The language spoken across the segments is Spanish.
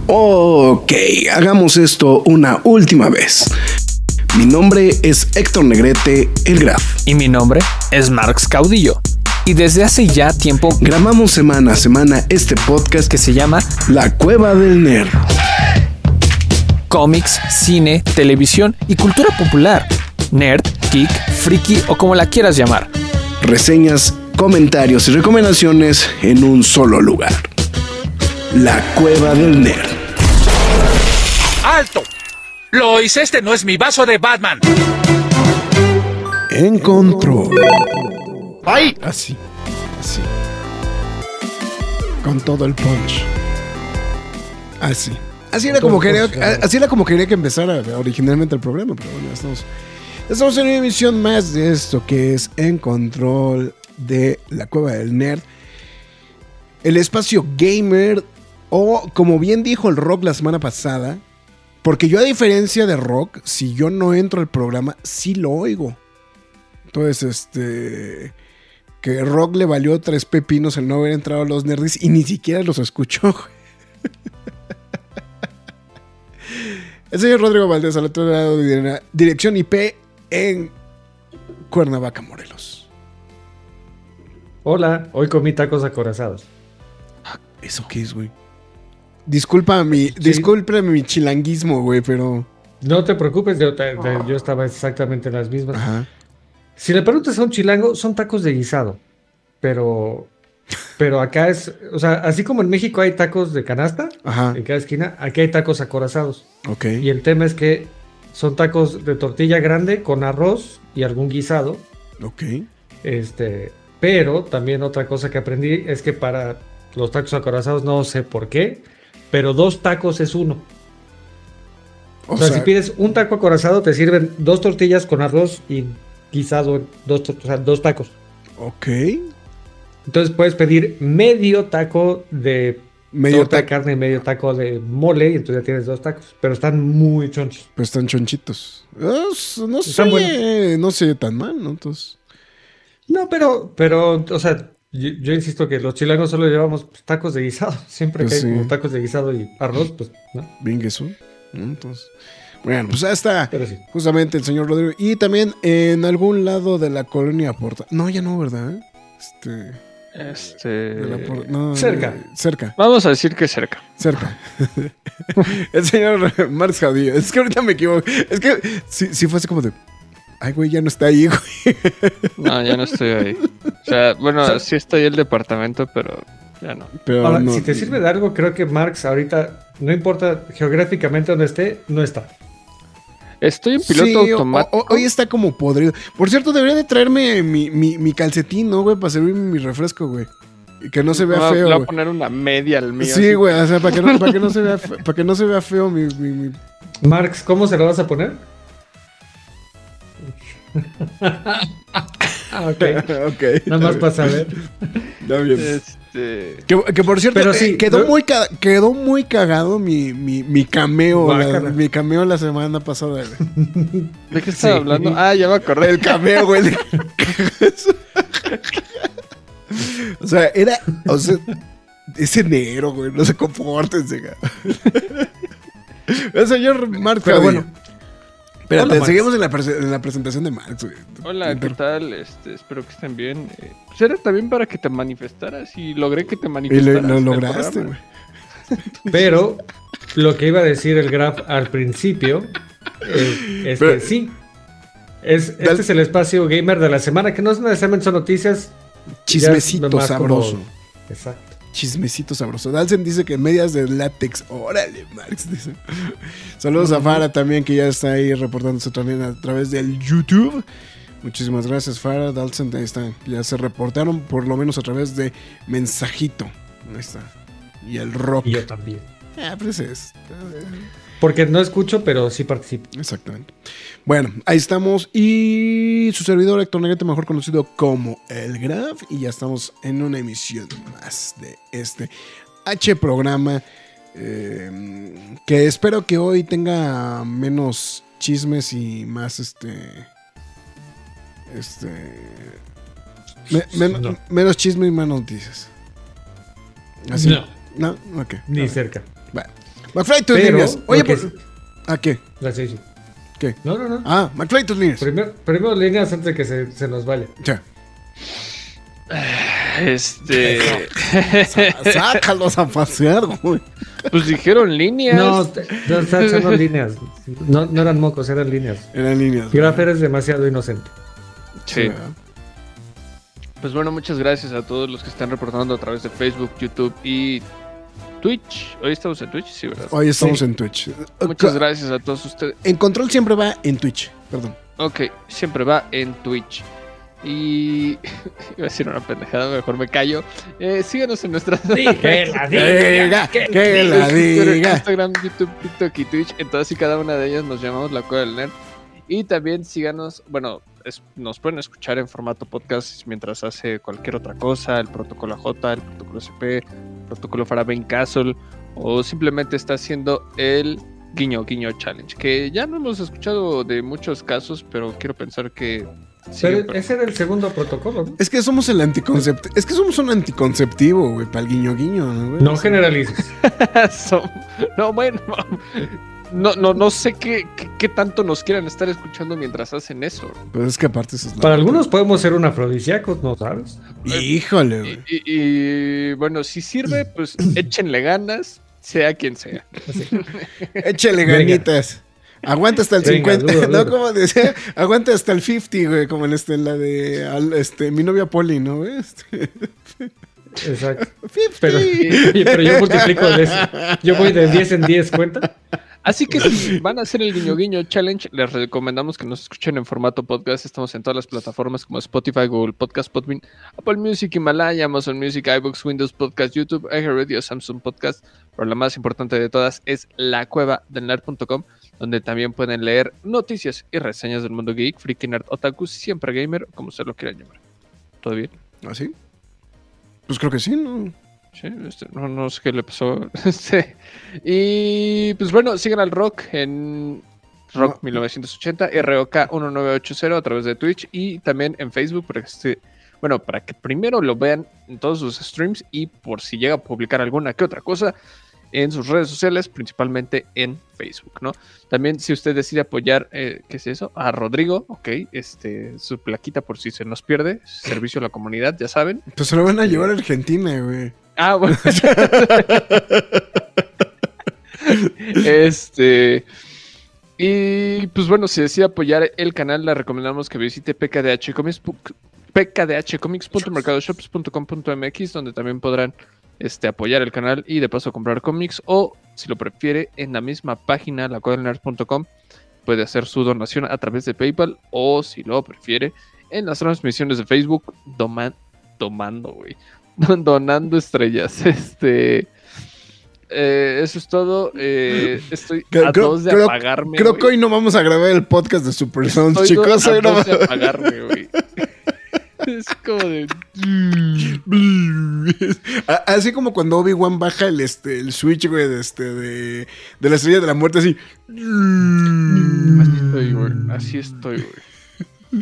Ok, hagamos esto una última vez. Mi nombre es Héctor Negrete, el Graf. Y mi nombre es Marx Caudillo. Y desde hace ya tiempo grabamos semana a semana este podcast que se llama La Cueva del Nerd. Cómics, cine, televisión y cultura popular. Nerd, geek, friki o como la quieras llamar. Reseñas, comentarios y recomendaciones en un solo lugar. La Cueva del Nerd. ¡Alto! Lois, este no es mi vaso de Batman. En control. ¡Ay! Así. Con todo el punch. Así. Así era como quería que empezara originalmente el programa, pero bueno, estamos en una emisión más de esto que es En Control de La Cueva del Nerd. El espacio gamer, o como bien dijo el Rock la semana pasada, porque yo, a diferencia de Rock, si yo no entro al programa, sí lo oigo. Entonces, que Rock le valió 3 pepinos el no haber entrado a los Nerdis y ni siquiera los escuchó. El señor Rodrigo Valdés, al otro lado de dirección IP en Cuernavaca, Morelos. Hola, hoy comí tacos acorazados. ¿Eso qué es, güey? Discúlpame mi chilanguismo, güey, pero... No te preocupes, yo estaba exactamente en las mismas. Ajá. Si le preguntas a un chilango, son tacos de guisado. Pero acá es... O sea, así como en México hay tacos de canasta, Ajá. en cada esquina, aquí hay tacos acorazados. Ok. Y el tema es que son tacos de tortilla grande con arroz y algún guisado. Ok. Pero también otra cosa que aprendí es que para los tacos acorazados, no sé por qué, pero 2 tacos es 1. O sea, si pides un taco acorazado, te sirven 2 tortillas con arroz y guisado, 2 tacos. Ok. Entonces puedes pedir medio taco de torta de carne y medio taco de mole, y entonces ya tienes 2 tacos. Pero están muy chonchos. Pero están chonchitos. No sé tan mal, ¿no? Entonces... No, pero, o sea, yo insisto que los chilangos solo llevamos tacos de guisado. Siempre pues que hay sí. como tacos de guisado y arroz, pues, ¿no? Bien que son. Entonces, bueno, pues ahí está. Pero sí. Justamente el señor Rodrigo. Y también en algún lado de la colonia Porta. No, ya no, ¿verdad? Cerca. Vamos a decir que cerca. El señor Marx Jadillo. Es que ahorita me equivoco. Es que si fuese como de... Ay, güey, ya no está ahí, güey. No, ya no estoy ahí. O sea, bueno, sí está ahí el departamento, pero ya no. Pero ahora, no, si te sirve de algo, creo que Marx ahorita, no importa geográficamente donde esté, no está. Estoy en piloto automático. Hoy está como podrido. Por cierto, debería de traerme mi calcetín, ¿no, güey? Para servirme mi refresco, güey. Y que no se vea feo, Le voy güey. a poner una media al mío. Sí, güey, o sea, para que no se vea feo mi... Marx, ¿cómo se lo vas a poner? Ok. Nada más para saber. Está bien. Que por cierto, pero sí, quedó muy cagado mi cameo. Mi cameo la semana pasada. ¿De qué estaba hablando? Ah, ya me acordé. El cameo, güey. O sea, es enero, güey. No se comporten, el señor Marco. Pero bueno. Espérate, Hola, seguimos en la presentación de Marx, güey. Hola, ¿qué tal? Espero que estén bien. Pues era también para que te manifestaras y logré que te manifestaras. Y lo lograste, güey. Pero lo que iba a decir el Graf al principio es que sí. Este es el espacio gamer de la semana, que no necesariamente son noticias. Chismecito sabroso. Exacto. Chismecito sabroso. Dalsen dice que medias de látex. Órale, Marx, dice. Saludos a Farah también, que ya está ahí reportándose también a través del YouTube. Muchísimas gracias, Farah. Dalsen, ahí está. Ya se reportaron por lo menos a través de mensajito. Ahí está. Y el Rock. Y yo también. Pues es. Porque no escucho, pero sí participo. Exactamente. Bueno, ahí estamos. Y su servidor Héctor Negrete, mejor conocido como El Graf. Y ya estamos en una emisión más de este programa. Que espero que hoy tenga menos chismes y más menos chisme y más noticias. ¿Así? No. ¿No? Ok. Ni cerca. Bueno, McFly, tus Pero, líneas. Oye, lo que pues. ¿A qué? Sí. ¿Qué? No. Ah, McFly, tus líneas. Primero líneas antes de que se nos vaya. Ya. Sácalos a pasear, güey. Pues dijeron líneas. No, son líneas. No eran mocos, eran líneas. Eran líneas. Graffer es demasiado inocente. Sí. Pues bueno, muchas gracias a todos los que están reportando a través de Facebook, YouTube y Twitch. Hoy estamos en Twitch, sí, ¿verdad? Hoy estamos en Twitch. Muchas gracias a todos ustedes. En control siempre va en Twitch, perdón. Ok, siempre va en Twitch. Y iba a decir una pendejada, mejor me callo. Síganos en nuestras Que la diga. Instagram, YouTube, TikTok y Twitch. En todas y cada una de ellas nos llamamos La Cueva del Nerd. Y también síganos, bueno, nos pueden escuchar en formato podcast mientras hace cualquier otra cosa, el protocolo AJ, el protocolo CP, el protocolo Farabane Castle, o simplemente está haciendo el Guiño Guiño Challenge, que ya no hemos escuchado de muchos casos, pero quiero pensar que... Pero ese era el segundo protocolo, ¿no? Es que somos el anticonceptivo. Es que somos un anticonceptivo, güey, para el guiño guiño, ¿no, güey? No generalices. No, bueno... No sé qué tanto nos quieran estar escuchando mientras hacen eso. Pues es que aparte eso es Para algunos podemos ser un afrodisíacos, ¿no sabes? Híjole, güey. Y bueno, si sirve, pues échenle ganas, sea quien sea. Échale ganitas. Aguanta hasta el Venga, 50. duro. ¿No? Como decía, aguanta hasta el 50, güey. Como en la de mi novia Polly, ¿no, güey? Exacto. 50. Pero yo multiplico de eso. Yo voy de 10 en 10, ¿cuenta? Así que si van a hacer el Guiño Guiño Challenge, les recomendamos que nos escuchen en formato podcast. Estamos en todas las plataformas como Spotify, Google Podcast, Podbean, Apple Music, Himalaya, Amazon Music, iVoox, Windows Podcast, YouTube, iHeartRadio, Samsung Podcast. Pero la más importante de todas es lacuevadelnerd.com, donde también pueden leer noticias y reseñas del mundo geek, freaky, nerd, otaku, siempre gamer, como se lo quieran llamar. ¿Todo bien? ¿Ah, sí? Pues creo que sí, ¿no? Sí, no sé qué le pasó. Y pues bueno, sigan al Rock en Rock 1980, ROK 1980 a través de Twitch y también en Facebook para que primero lo vean en todos sus streams y por si llega a publicar alguna que otra cosa en sus redes sociales, principalmente en Facebook, ¿no? También si usted decide apoyar, ¿qué es eso? A Rodrigo, ok, su plaquita por si se nos pierde, servicio a la comunidad, ya saben. Pues se lo van a llevar a Argentina, güey. Ah, bueno. Y pues bueno, si decide apoyar el canal, le recomendamos que visite pkdhcomics.mercadoshops.com.mx, donde también podrán apoyar el canal y de paso comprar cómics, o si lo prefiere en la misma página, lacuadelnerd.com, puede hacer su donación a través de PayPal, o si lo prefiere en las transmisiones de Facebook donando estrellas. Eso es todo. Estoy a dos de apagarme. Creo que hoy no vamos a grabar el podcast de Super Sounds, chicos. Estoy a dos de apagarme, güey. Es como de... Así como cuando Obi-Wan baja el switch, güey, de la estrella de la muerte, así. Así estoy, güey.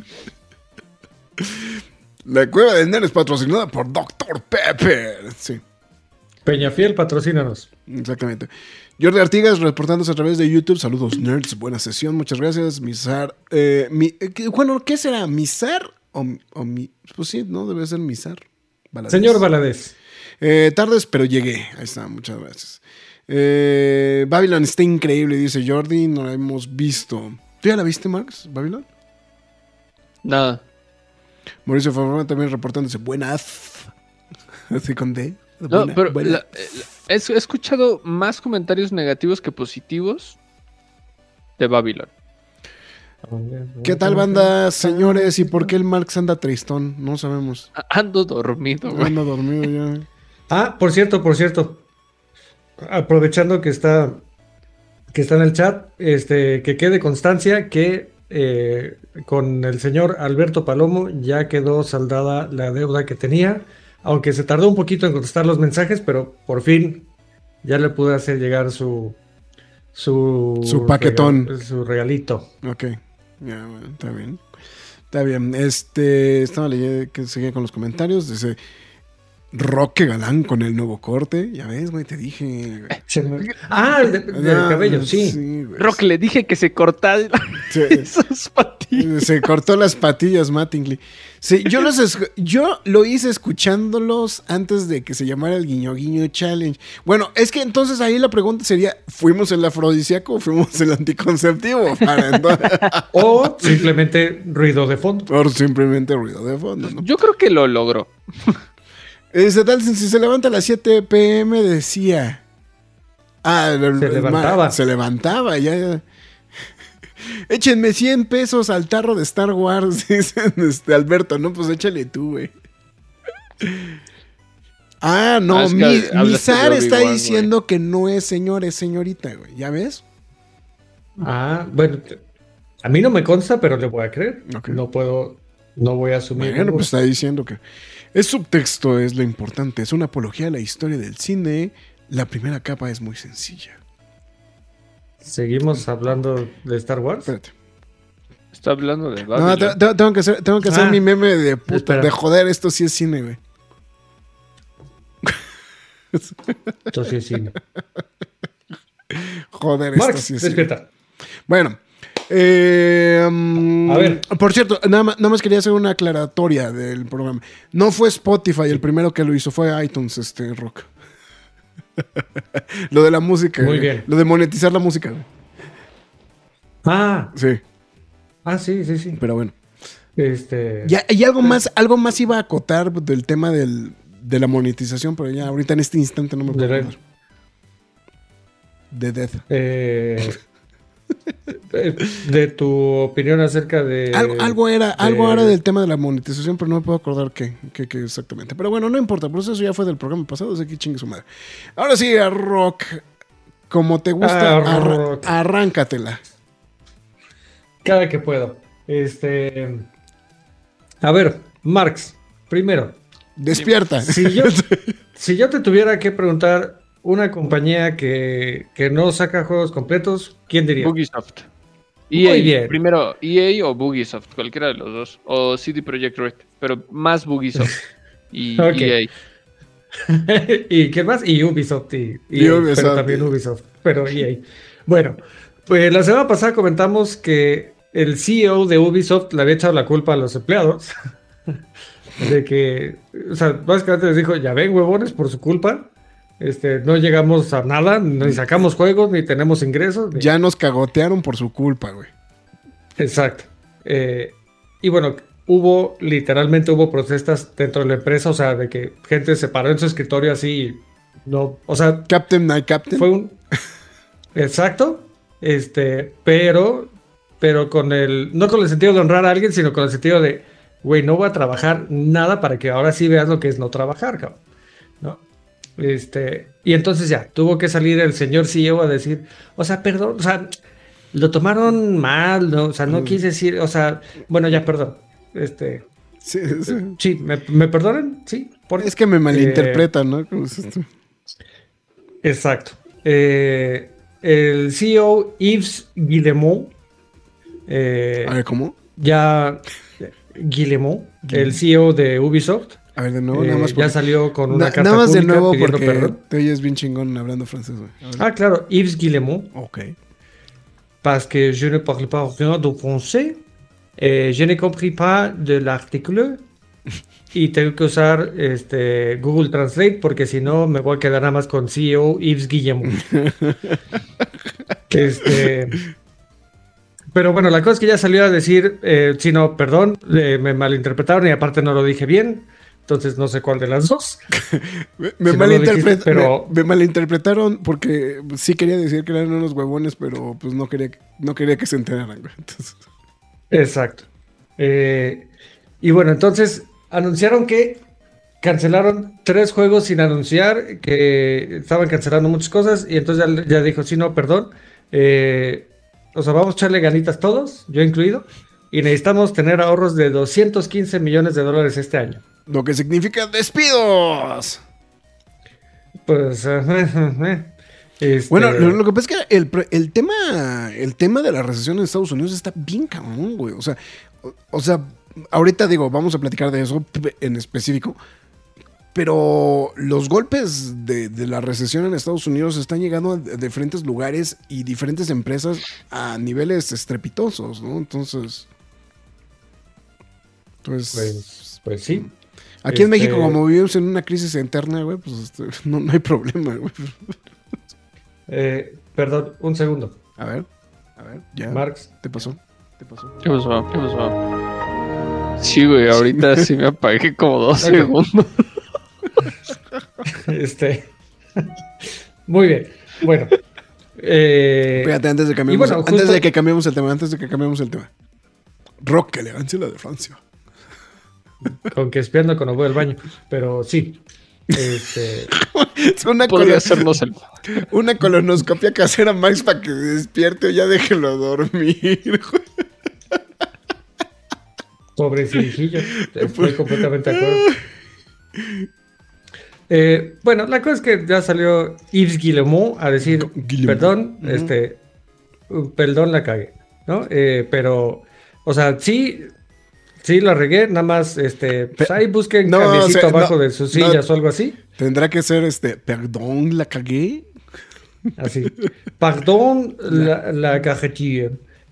La Cueva del Nerd es patrocinada por Dr. Pepper. Sí. Peñafiel, patrocínanos. Exactamente. Jordi Artigas reportándose a través de YouTube. Saludos, nerds. Buena sesión. Muchas gracias. Misar. Bueno, ¿qué será? ¿Misar? Pues sí, ¿no? Debe ser Misar. Valadez. Señor Valadez. Tardes, pero llegué. Ahí está. Muchas gracias. Babylon está increíble, dice Jordi. No la hemos visto. ¿Tú ya la viste, Marx? ¿Babylon? Nada. Mauricio Favorma también reportándose. Buenas. Así con D. No, pero he escuchado más comentarios negativos que positivos de Babylon. ¿Qué tal, banda, señores? ¿Y por qué el Marx anda tristón? No sabemos. Ando dormido, güey. Ando dormido ya. Ah, por cierto. Aprovechando que está en el chat, que quede constancia que con el señor Alberto Palomo ya quedó saldada la deuda que tenía, aunque se tardó un poquito en contestar los mensajes, pero por fin ya le pude hacer llegar su paquetón, su regalito. Ok, ya, bueno, está bien. Está bien. Estaba leyendo que seguía con los comentarios. Dice, Roque Galán con el nuevo corte. Ya ves, güey, te dije. El del cabello, sí. Güey. Rock, le dije que se cortara esas patillas. Se cortó las patillas Mattingly. Sí, yo lo hice escuchándolos antes de que se llamara el Guiño Guiño Challenge. Bueno, es que entonces ahí la pregunta sería, ¿fuimos el afrodisíaco o fuimos el anticonceptivo? O simplemente ruido de fondo. O simplemente ruido de fondo, ¿no? Yo creo que lo logró. Tal, si se levanta a las 7 p.m. decía... Se levantaba, ya. Échenme 100 pesos al tarro de Star Wars, dicen Alberto. No, pues échale tú, güey. No, es que Mizar está Obi-Wan, diciendo güey, que no es señor, es señorita, güey. ¿Ya ves? Bueno, a mí no me consta, pero le voy a creer. Okay. No voy a asumir. Bueno, pues está diciendo que el subtexto es lo importante. Es una apología a la historia del cine. La primera capa es muy sencilla. ¿Seguimos hablando de Star Wars? Espérate. Está hablando de Babylon. No, tengo que hacer mi meme de puta. Espera. De joder, esto sí es cine, güey. Esto sí es cine. Joder, Marx, esto sí es cine. despierta. Bueno. A ver. Por cierto, nada más quería hacer una aclaratoria del programa. No fue Spotify el primero que lo hizo, fue iTunes, Rock. Lo de la música. Muy güey. bien. Lo de monetizar la música. Güey. Sí, Sí. pero bueno. Ya, y algo más iba a acotar del tema de la monetización, pero ya ahorita en este instante no me puedo acordar. De Death. De tu opinión acerca de... Algo era del tema de la monetización, pero no me puedo acordar qué exactamente. Pero bueno, no importa, por eso ya fue del programa pasado, así que chingue su madre. Ahora sí, a Rock, como te gusta, Rock. Arráncatela. Cada que puedo. A ver, Marx, primero. Despierta. Si yo te tuviera que preguntar una compañía que no saca juegos completos, ¿quién diría? Bugisoft. Muy EA, bien. primero EA o Bugisoft, cualquiera de los dos. O CD Projekt Red, pero más Bugisoft y Ok. EA. ¿Y qué más? Y Ubisoft. Y Ubisoft, pero también Ubisoft. Pero EA. Bueno, pues la semana pasada comentamos que el CEO de Ubisoft le había echado la culpa a los empleados. De que, o sea, básicamente les dijo, ya ven, huevones, por su culpa. No llegamos a nada, ni sacamos juegos, ni tenemos ingresos. Ya nos cagotearon por su culpa, güey. Exacto. Y bueno, literalmente hubo protestas dentro de la empresa, o sea, de que gente se paró en su escritorio así, y no, o sea, Captain, my Captain. fue un... Exacto, pero no con el sentido de honrar a alguien, sino con el sentido de, güey, no voy a trabajar nada para que ahora sí veas lo que es no trabajar, cabrón, ¿no? Y entonces ya, tuvo que salir el señor CEO a decir, o sea, perdón, o sea, lo mal, ¿no? O sea, no quise decir, o sea, bueno, ya, perdón, sí, ¿me perdonan? Sí. Es que me malinterpretan, ¿no? ¿Cómo es esto? Exacto. El CEO Yves Guillemot, A ver, ¿cómo? Guillemot, el CEO de Ubisoft. A ver, de nuevo, nada más. Ya salió con una carta nada más pública de nuevo pidiendo porque perdón. te oyes bien chingón hablando francés, güey. Claro, Yves Guillemot. Ok. Parce que je ne parle pas rien de français. Je ne compris pas de l'article. Y tengo que usar Google Translate porque si no me voy a quedar nada más con CEO Yves Guillemot. Pero bueno, la cosa es que ya salió a decir, sí, no, perdón, me malinterpretaron y aparte no lo dije bien. Entonces no sé cuál de las dos. Me pero... malinterpretaron porque sí quería decir que eran unos huevones, pero pues no quería que se enteraran, güey. Entonces... Exacto. Y bueno, entonces anunciaron que cancelaron 3 juegos sin anunciar, que estaban cancelando muchas cosas y entonces ya dijo, sí, no, perdón. O sea, vamos a echarle ganitas todos, yo incluido, y necesitamos tener ahorros de $215 millones este año. Lo que significa despidos. Pues... Bueno, lo que pasa es que el tema de la recesión en Estados Unidos está bien cabrón, güey. O sea, ahorita digo, vamos a platicar de eso en específico. Pero los golpes de la recesión en Estados Unidos están llegando a diferentes lugares y diferentes empresas a niveles estrepitosos, ¿no? Entonces, pues sí. Aquí en México, como vivimos en una crisis interna, güey, pues no hay problema, güey. Perdón, un segundo. A ver, ya. Marx. ¿Te pasó? ¿Qué pasó? Sí, güey, ahorita sí me apagué como 2 segundos. Muy bien. Bueno. Espérate, antes de que cambiemos el tema. Rock, que elegancia la de Francia. Con que espiando cuando voy al baño. Pero sí. Es una colonoscopia casera, Max, para que se despierte o ya déjelo dormir. Pobre cirijillo. Estoy completamente de acuerdo. Bueno, la cosa es que ya salió Yves Guillemot a decir, perdón, perdón, la cagué, ¿no? Pero, o sea, sí la regué, nada más, pues ahí busquen cambiecito abajo de sus sillas o algo así. Tendrá que ser, perdón, la cagué. Así, perdón, la cajetilla.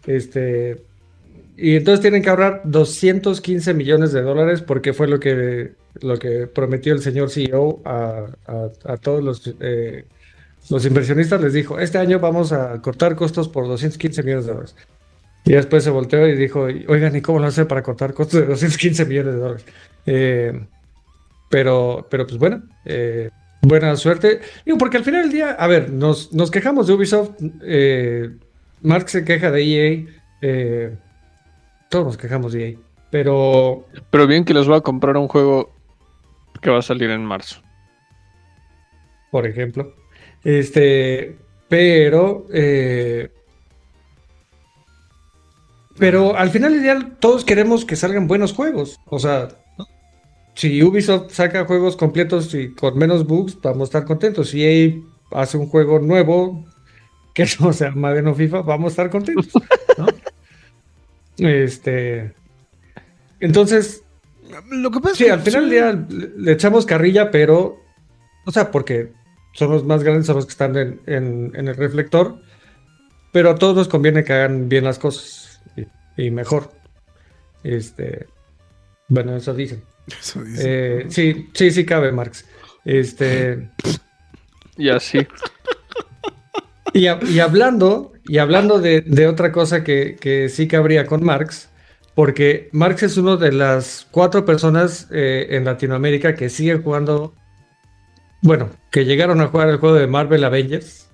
Y entonces tienen que ahorrar $215 millones porque fue lo que prometió el señor CEO a todos los inversionistas. Les dijo, este año vamos a cortar costos por $215 millones. Y después se volteó y dijo, oigan, ¿y cómo lo hace para cortar costos de $215 millones? Pero pues bueno, buena suerte. Digo, porque al final del día, a ver, nos quejamos de Ubisoft, Mark se queja de EA, todos nos quejamos de EA, pero bien que les voy a comprar un juego que va a salir en marzo. Por ejemplo. Pero al final del día todos queremos que salgan buenos juegos. O sea, si Ubisoft saca juegos completos y con menos bugs, vamos a estar contentos. Si EA hace un juego nuevo que no sea Madden o FIFA, vamos a estar contentos, ¿no? Entonces, lo que pasa sí, al final del día le echamos carrilla, pero, o sea, porque son los más grandes, son los que están en el reflector, pero a todos nos conviene que hagan bien las cosas y mejor. Bueno, eso dicen. Sí cabe, Marx. Y así. Y hablando de otra cosa que sí cabría con Marx, porque Marx es uno de las 4 personas en Latinoamérica que siguen jugando, bueno, que llegaron a jugar el juego de Marvel Avengers.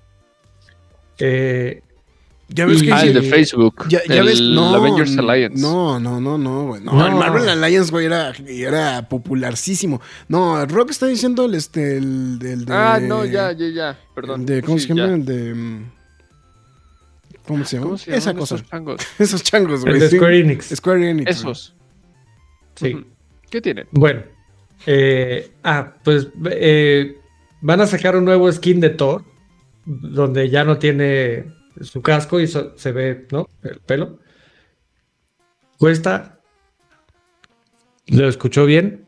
Ya ves que el de Facebook. Ya ves, no, Avengers Alliance. No, güey. No, el Marvel Alliance, güey, era popularísimo. No, Rock está diciendo el de... no, ya. Perdón. ¿Cómo se llama? El de... ¿Cómo se llama? Esa cosa. Esos changos, güey. El de Square Enix. Square Enix. Esos. Sí. ¿Qué tienen? Bueno. Pues van a sacar un nuevo skin de Thor, donde ya no tiene su casco y se ve, ¿no? El pelo. Cuesta, ¿lo escuchó bien?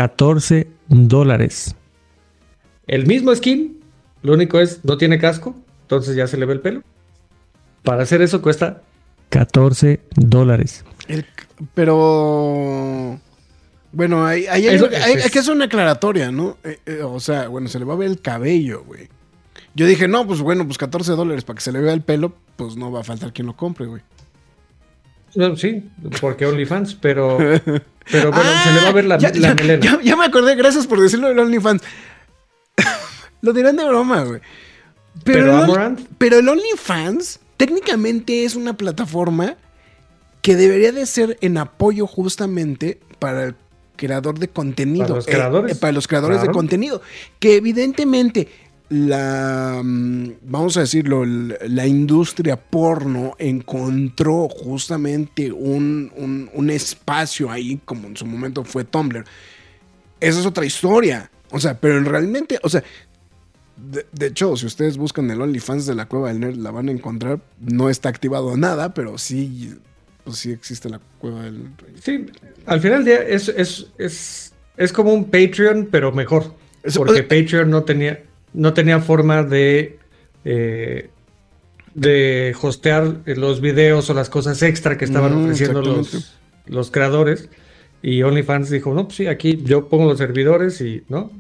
$14. El mismo skin, lo único es, no tiene casco, entonces ya se le ve el pelo. Para hacer eso cuesta $14. Pero... Bueno, hay que hacer una aclaratoria, ¿no? O sea, bueno, se le va a ver el cabello, güey. Yo dije, no, pues bueno, pues $14 para que se le vea el pelo, pues no va a faltar quien lo compre, güey. Sí, porque OnlyFans, pero bueno, se le va a ver la melena. Ya me acordé, gracias por decirlo del OnlyFans. Lo dirán de broma, güey. Pero el OnlyFans técnicamente es una plataforma que debería de ser en apoyo justamente para el creador de contenido. Para los creadores. Para los creadores de contenido. Que evidentemente vamos a decirlo, la industria porno encontró justamente un espacio ahí, como en su momento fue Tumblr. Esa es otra historia. O sea, pero realmente, o sea, de hecho, si ustedes buscan el OnlyFans de la Cueva del Nerd, la van a encontrar. No está activado nada, pero sí, pues sí existe la Cueva del Nerd. Sí, al final del día es es como un Patreon, pero mejor. Porque Patreon no tenía forma de hostear los videos o las cosas extra que estaban ofreciendo los creadores. Y OnlyFans dijo, no, pues sí, aquí yo pongo los servidores y, ¿no?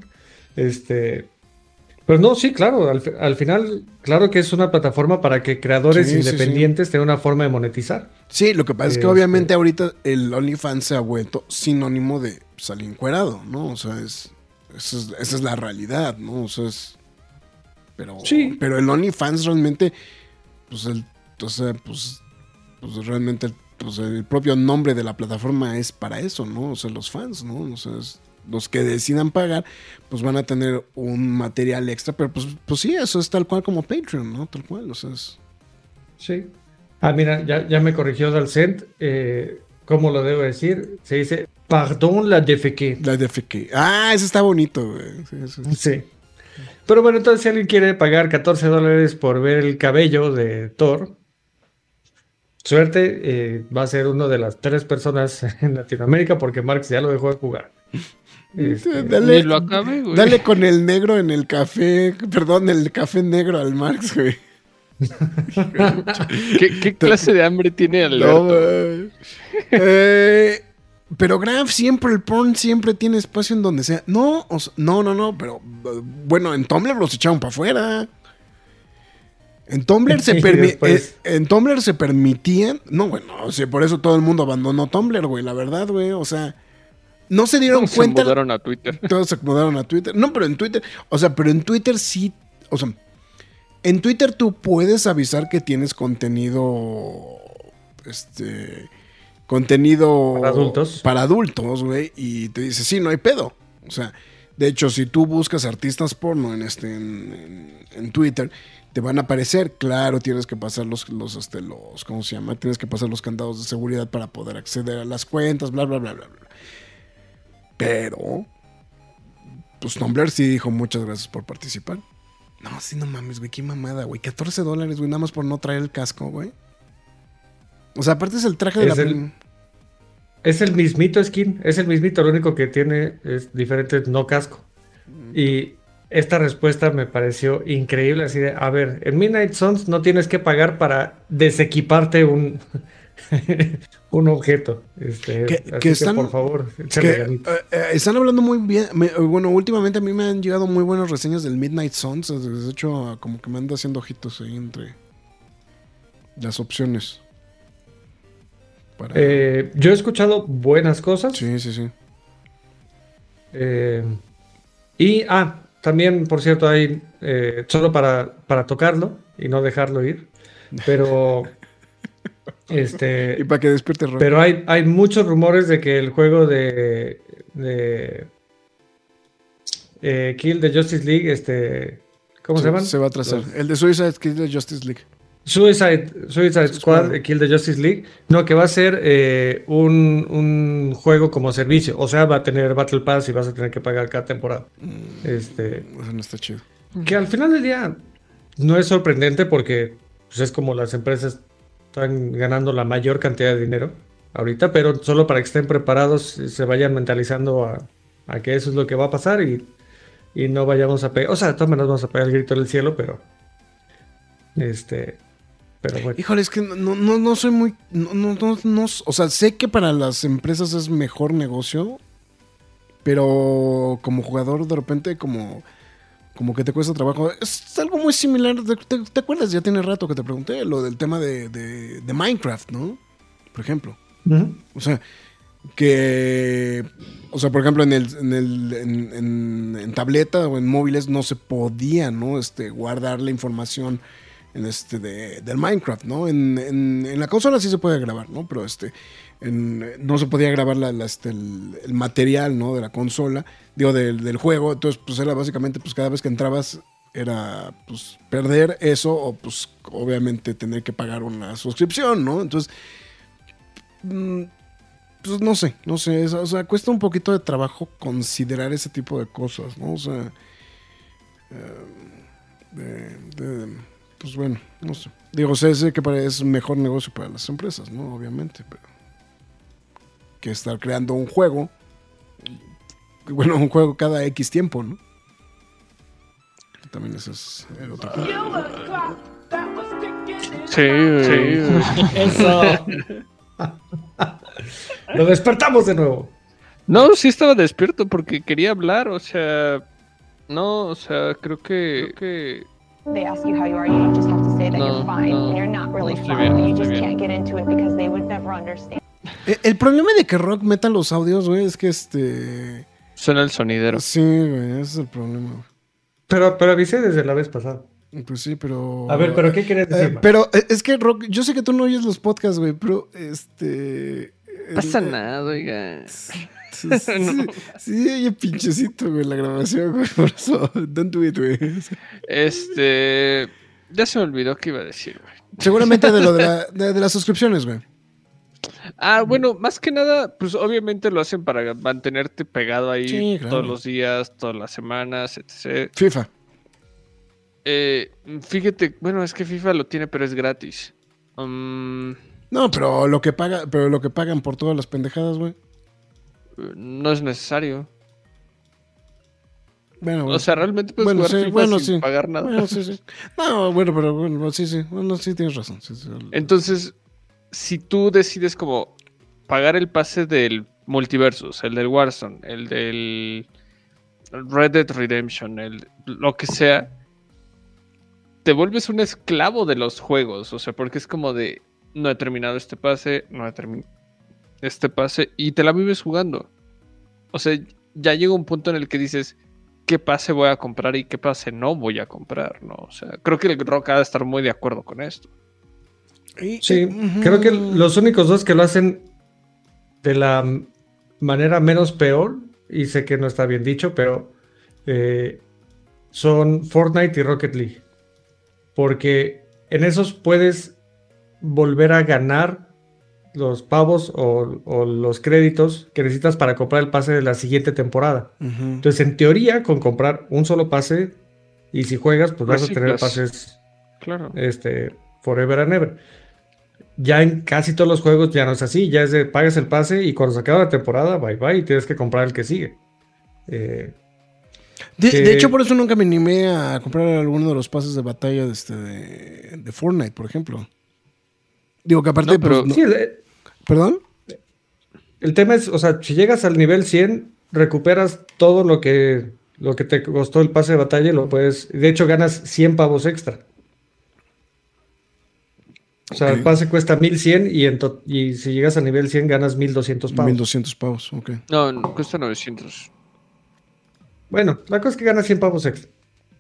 Pues no, sí, claro, al final, claro que es una plataforma para que creadores independientes tengan una forma de monetizar. Sí, lo que pasa es que obviamente ahorita el OnlyFans se ha vuelto sinónimo de salir encuerado, ¿no? O sea, esa es la realidad, ¿no? O sea, pero el OnlyFans realmente, pues realmente el propio nombre de la plataforma es para eso, ¿no? O sea, los fans, ¿no? O sea, los que decidan pagar, pues van a tener un material extra, pero pues sí, eso es tal cual como Patreon, ¿no? Tal cual, o sea, Sí. Ah, mira, ya me corrigió Dalcent. ¿Cómo lo debo decir? Se dice, pardon la defequé. La defequé. Ah, eso está bonito, güey. Sí. Pero bueno, entonces si alguien quiere pagar $14 por ver el cabello de Thor, suerte, va a ser uno de las 3 personas en Latinoamérica porque Marx ya lo dejó de jugar. Ni lo acabé, güey. Dale con el negro en el café, perdón, el café negro al Marx, güey. ¿Qué clase de hambre tiene Alberto? Pero Graf, siempre el porn siempre tiene espacio en donde sea. No, pero bueno, en Tumblr los echaron para afuera. En Tumblr se permitían. No, bueno, o sea, por eso todo el mundo abandonó Tumblr, güey, la verdad, güey. O sea, no se dieron cuenta. Se mudaron a Twitter. Todos se mudaron a Twitter. No, pero en Twitter, pero en Twitter sí, o sea, en Twitter tú puedes avisar que tienes contenido, para adultos, güey, y te dice, sí, no hay pedo. O sea, de hecho, si tú buscas artistas porno en Twitter, te van a aparecer, claro, tienes que pasar los ¿cómo se llama? Tienes que pasar los candados de seguridad para poder acceder a las cuentas, bla, bla, bla, bla, bla. Pero, pues Tumblr sí dijo muchas gracias por participar. No, sí, no mames, güey, qué mamada, güey. $14, güey, nada más por no traer el casco, güey. O sea, aparte es el traje de Es el mismito skin, es el mismito, lo único que tiene es diferente, no casco. Y esta respuesta me pareció increíble, así de, a ver, en Midnight Suns no tienes que pagar para desequiparte un objeto. Que por favor, están hablando muy bien. Bueno, últimamente a mí me han llegado muy buenas reseñas del Midnight Suns. De hecho, como que me anda haciendo ojitos ahí entre las opciones. Yo he escuchado buenas cosas. Sí. Y también, por cierto, hay solo para tocarlo y no dejarlo ir. Pero y para que despierte Rock. Pero hay muchos rumores de que el juego de Kill the Justice League, ¿cómo se llama? Se va a atrasar. El de Suicide Kill the Justice League. Suicide Squad, Kill the Justice League. No, que va a ser un juego como servicio. O sea, va a tener Battle Pass y vas a tener que pagar cada temporada. Eso no está chido. Que al final del día no es sorprendente porque pues, es como las empresas están ganando la mayor cantidad de dinero ahorita, pero solo para que estén preparados y se vayan mentalizando a que eso es lo que va a pasar y no vayamos a pegar. O sea, de todas maneras vamos a pegar el grito del cielo, pero bueno. Híjole, es que no soy muy... No, o sea, sé que para las empresas es mejor negocio, pero como jugador de repente como que te cuesta trabajo. Es algo muy similar. ¿Te acuerdas? Ya tiene rato que te pregunté lo del tema de Minecraft, ¿no? Por ejemplo. Uh-huh. O sea, por ejemplo, en tableta o en móviles no se podía, ¿no? Guardar la información del Minecraft, ¿no? En la consola sí se puede grabar, ¿no? Pero no se podía grabar el material, ¿no? De la consola, del juego. Entonces, pues era básicamente, pues cada vez que entrabas era, pues, perder eso o, pues, obviamente tener que pagar una suscripción, ¿no? Entonces, pues no sé, o sea, cuesta un poquito de trabajo considerar ese tipo de cosas, ¿no? O sea, pues bueno, no sé. Sé que es mejor negocio para las empresas, ¿no? Obviamente, pero que estar creando un juego bueno, un juego cada X tiempo, ¿no? También eso es el otro. Sí. Eso. Lo despertamos de nuevo. No, sí estaba despierto porque quería hablar, o sea... No, o sea, creo que... They ask you how you are, you just have to say that you're fine, and you're not really estoy fine, bien, but you estoy just bien. can't get into it because they would never understand. El problema de que Rock meta los audios, güey, es que Suena el sonidero. Sí, güey, ese es el problema, güey. Pero avisé desde la vez pasada. Pues sí, pero... A ver, ¿pero qué quieres decir? pero es que, Rock, yo sé que tú no oyes los podcasts, güey, pero Pasa nada, oiga. Sí, oye, pinchecito, güey, la grabación, güey, por eso. Don't do it, güey. Ya se me olvidó qué iba a decir, güey. Seguramente de lo de las suscripciones, güey. Bueno, más que nada, pues obviamente lo hacen para mantenerte pegado ahí Sí, claro. todos los días, todas las semanas, etc. FIFA. Fíjate, bueno, es que FIFA lo tiene, pero es gratis. No, pero lo que pagan por todas las pendejadas, güey. No es necesario. Bueno, O sea, realmente puedes jugar FIFA sin pagar nada. Bueno, sí. No, bueno, sí. Bueno, sí tienes razón. Sí. Entonces, si tú decides como pagar el pase del Multiversus, el del Warzone, el del Red Dead Redemption, lo que sea, te vuelves un esclavo de los juegos. O sea, porque es como de, no he terminado este pase, no he terminado este pase, y te la vives jugando. O sea, ya llega un punto en el que dices, ¿qué pase voy a comprar y qué pase no voy a comprar? ¿No? O sea, creo que el Rock ha de estar muy de acuerdo con esto. Sí, creo que los únicos dos que lo hacen de la manera menos peor, y sé que no está bien dicho, pero son Fortnite y Rocket League. Porque en esos puedes volver a ganar los pavos o los créditos que necesitas para comprar el pase de la siguiente temporada. Entonces, en teoría, con comprar un solo pase, y si juegas, pues vas a tener pases Claro. forever and ever. Ya en casi todos los juegos ya no es así, ya es de pagas el pase y cuando se acaba la temporada, bye y tienes que comprar el que sigue. De hecho, por eso nunca me animé a comprar alguno de los pases de batalla de Fortnite, por ejemplo. Digo que aparte... No, pero... pues, Sí, ¿Perdón? el tema es, o sea, si llegas al nivel 100, recuperas todo lo que te costó el pase de batalla y lo puedes... De hecho, ganas 100 pavos extra. O sea, el pase cuesta 1100 y si llegas al nivel 100 ganas 1200 pavos. 1200 pavos, ok. No, cuesta 900. Bueno, la cosa es que ganas 100 pavos extra.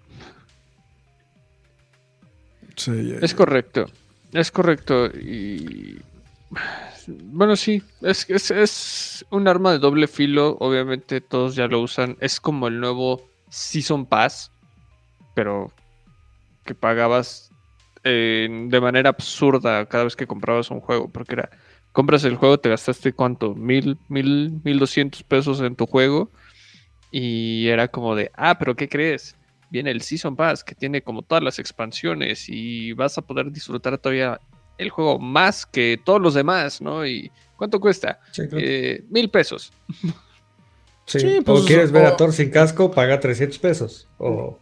Sí, Es correcto. Es correcto. Y... Bueno, sí. Es un arma de doble filo. Obviamente todos ya lo usan. Es como el nuevo Season Pass. Pero que pagabas de manera absurda cada vez que comprabas un juego. Porque era... Compras el juego, te gastaste ¿cuánto? 1,200 pesos en tu juego. Y era como de, pero ¿qué crees? Viene el Season Pass que tiene como todas las expansiones y vas a poder disfrutar todavía el juego más que todos los demás, ¿no? ¿Y cuánto cuesta? Sí, claro. 1,000 pesos. Sí, Sí, pues, o quieres ver a Thor sin casco, paga 300 pesos. O...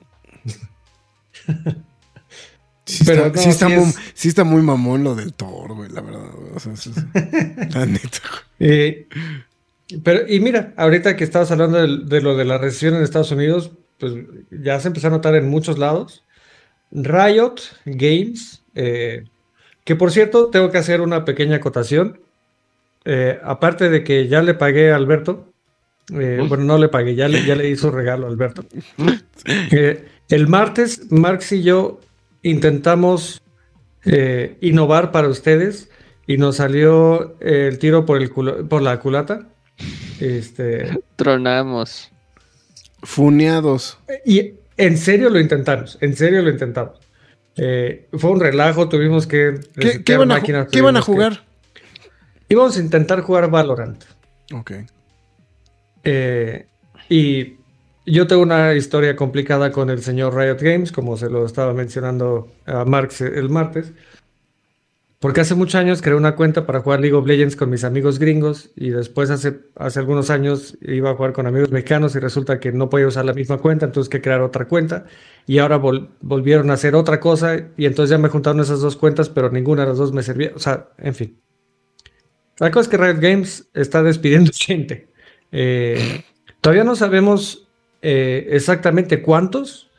Sí, Pero está, no, sí está muy mamón lo del Thor, güey, la verdad. O sea, la neta. Pero, y mira, ahorita que estabas hablando de lo de la recesión en Estados Unidos, pues ya se empezó a notar en muchos lados. Riot Games, que por cierto, tengo que hacer una pequeña acotación. Aparte de que ya le pagué a Alberto, bueno, no le pagué, ya le hizo regalo a Alberto. El martes, Marx y yo intentamos innovar para ustedes y nos salió el tiro por la culata. Tronamos. Funeados. Y en serio lo intentamos, fue un relajo, tuvimos que... ¿Qué iban a jugar? Íbamos a intentar jugar Valorant. Ok. Y yo tengo una historia complicada con el señor Riot Games, como se lo estaba mencionando a Marx el martes, Porque hace muchos años creé una cuenta para jugar League of Legends con mis amigos gringos y después hace algunos años iba a jugar con amigos mexicanos y resulta que no podía usar la misma cuenta, entonces que crear otra cuenta y ahora volvieron a hacer otra cosa y entonces ya me juntaron esas dos cuentas, pero ninguna de las dos me servía. O sea, en fin. La cosa es que Riot Games está despidiendo gente. Todavía no sabemos exactamente cuántos,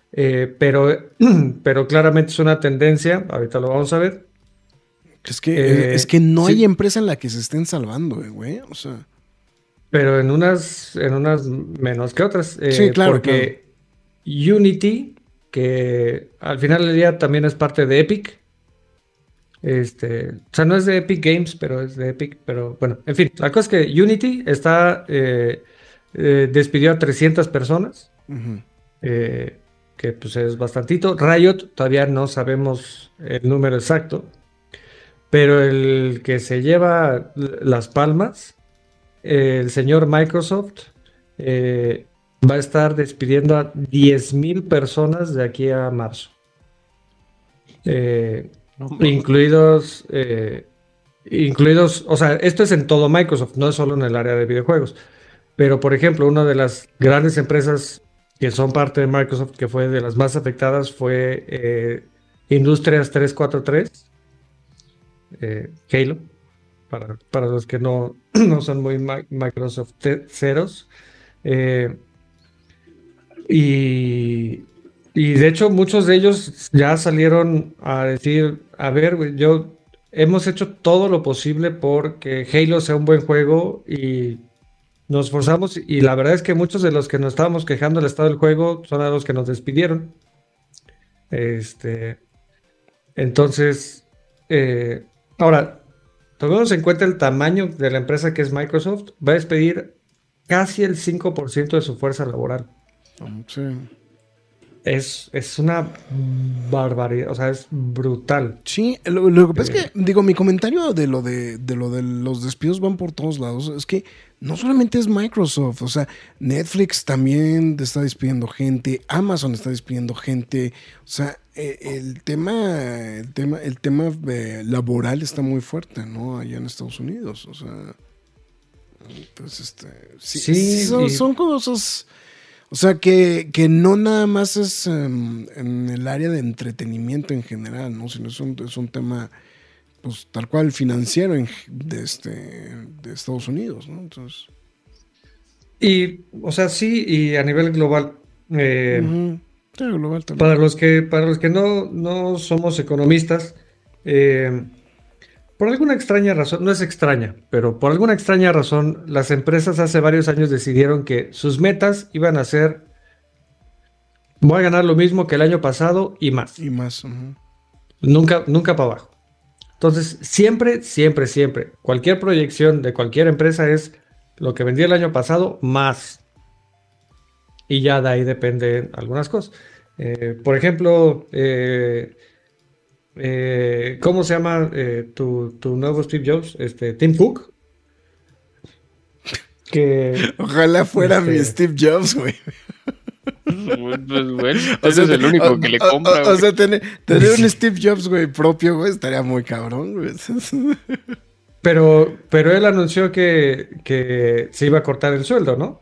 pero claramente es una tendencia. Ahorita lo vamos a ver. Es que no hay empresa en la que se estén salvando, güey. O sea. Pero en unas menos que otras. Sí, claro. Porque claro. Unity, que al final del día también es parte de Epic. O sea, no es de Epic Games, pero es de Epic. Pero bueno, en fin. La cosa es que Unity despidió a 300 personas. Uh-huh. Que pues es bastantito. Riot, todavía no sabemos el número exacto. Pero el que se lleva las palmas, el señor Microsoft, va a estar despidiendo a 10,000 personas de aquí a marzo. Incluidos, o sea, esto es en todo Microsoft, no es solo en el área de videojuegos. Pero, por ejemplo, una de las grandes empresas que son parte de Microsoft, que fue de las más afectadas, fue Industrias 343. Halo, para los que no son muy Microsoft ceros. Y de hecho muchos de ellos ya salieron a decir, a ver, hemos hecho todo lo posible porque Halo sea un buen juego y nos esforzamos, y la verdad es que muchos de los que nos estábamos quejando del estado del juego son a los que nos despidieron. Entonces ahora, tomemos en cuenta el tamaño de la empresa que es Microsoft. Va a despedir casi el 5% de su fuerza laboral. Sí. Es una barbaridad, o sea, es brutal. Sí, lo que pasa es que, mi comentario de lo de los despidos van por todos lados. Es que no solamente es Microsoft, o sea, Netflix también está despidiendo gente, Amazon está despidiendo gente, o sea, el tema laboral está muy fuerte, ¿no? Allá en Estados Unidos, o sea, pues son cosas. O sea, que no nada más es en el área de entretenimiento en general, ¿no? Sino es un tema, pues, tal cual financiero de Estados Unidos, ¿no? Entonces. Y, o sea, sí, y a nivel global. Sí, global también. Para los que no somos economistas, por alguna extraña razón, no es extraña, pero por alguna extraña razón, las empresas hace varios años decidieron que sus metas iban a ser: voy a ganar lo mismo que el año pasado y más. Y más. Uh-huh. Nunca para abajo. Entonces, siempre, cualquier proyección de cualquier empresa es lo que vendí el año pasado más. Y ya de ahí dependen algunas cosas. Por ejemplo, ¿cómo se llama tu nuevo Steve Jobs? Tim Cook. Que ojalá fuera mi Steve Jobs, güey. Pues bueno, ese es el único que le compra. O sea, tener un Steve Jobs, güey, propio, güey, estaría muy cabrón, güey. Pero él anunció que se iba a cortar el sueldo, ¿no?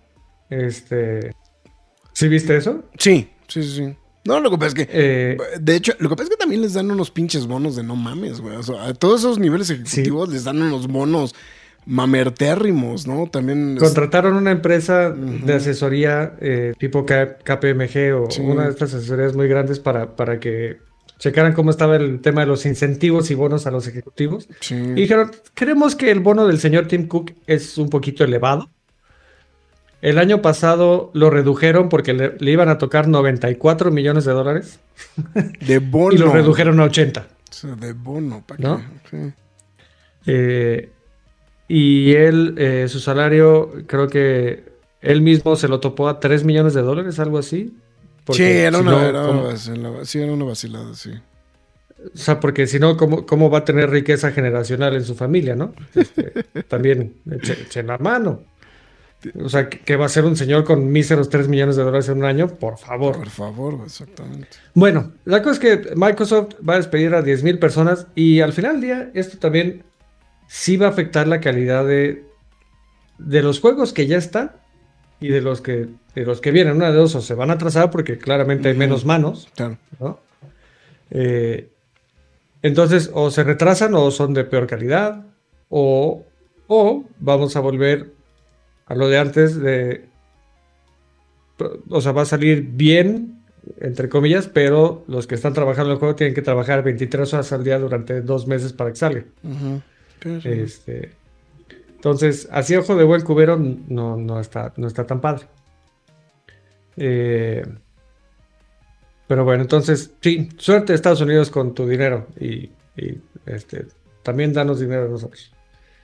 ¿Sí viste eso? Sí. No, lo que pasa es que, de hecho, lo que pasa es que también les dan unos pinches bonos de no mames, güey. O sea, a todos esos niveles ejecutivos les dan unos bonos mamertérrimos, ¿no? También contrataron una empresa de asesoría tipo KPMG o una de estas asesorías muy grandes para que checaran cómo estaba el tema de los incentivos y bonos a los ejecutivos. Sí. Y dijeron, creemos que el bono del señor Tim Cook es un poquito elevado. El año pasado lo redujeron porque le iban a tocar $94 millones. De bono. Y lo redujeron a 80. O sea, de bono, ¿para ¿no? qué? Sí. Y él, su salario, creo que él mismo se lo topó a $3 millones, algo así. Sí, era una vacilada, sí. O sea, porque si no, ¿cómo va a tener riqueza generacional en su familia, no? También echen la mano. O sea, que va a ser un señor con míseros $3 millones en un año, por favor. Por favor, exactamente. Bueno, la cosa es que Microsoft va a despedir a 10,000 personas y al final del día esto también sí va a afectar la calidad de los juegos que ya están y de los que vienen. Una de dos, o se van a atrasar porque claramente hay menos manos, Claro. ¿no? Entonces, o se retrasan o son de peor calidad, o vamos a volver a lo de antes o sea, va a salir bien, entre comillas, pero los que están trabajando en el juego tienen que trabajar 23 horas al día durante 2 meses para que salga. Ujú. Entonces, así ojo de buen cubero no está tan padre. Pero bueno, entonces, sí, suerte Estados Unidos con tu dinero y también danos dinero a nosotros.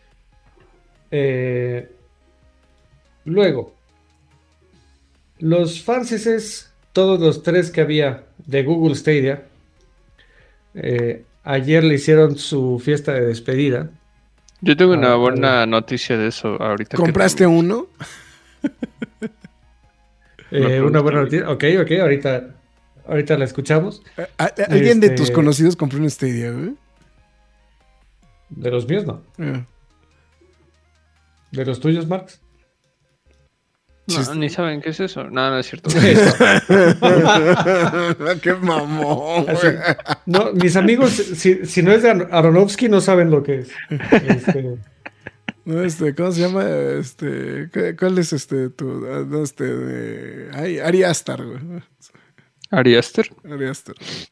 Luego, los franceses, todos los 3 que había de Google Stadia, ayer le hicieron su fiesta de despedida. Yo tengo una buena noticia de eso ahorita. ¿Compraste uno? Una buena noticia. Ok, ahorita la escuchamos. ¿Alguien de tus conocidos compró un Stadia, güey? De los míos, no. ¿De los tuyos, Marx? No, ni saben qué es eso. No es cierto. ¡Qué mamón, Así, güey! no, mis amigos, si no es de Aronofsky, no saben lo que es. No, ¿cómo se llama? ¿Cuál es tu? No, Ari Aster, güey. ¿Ari Aster? Ari Aster.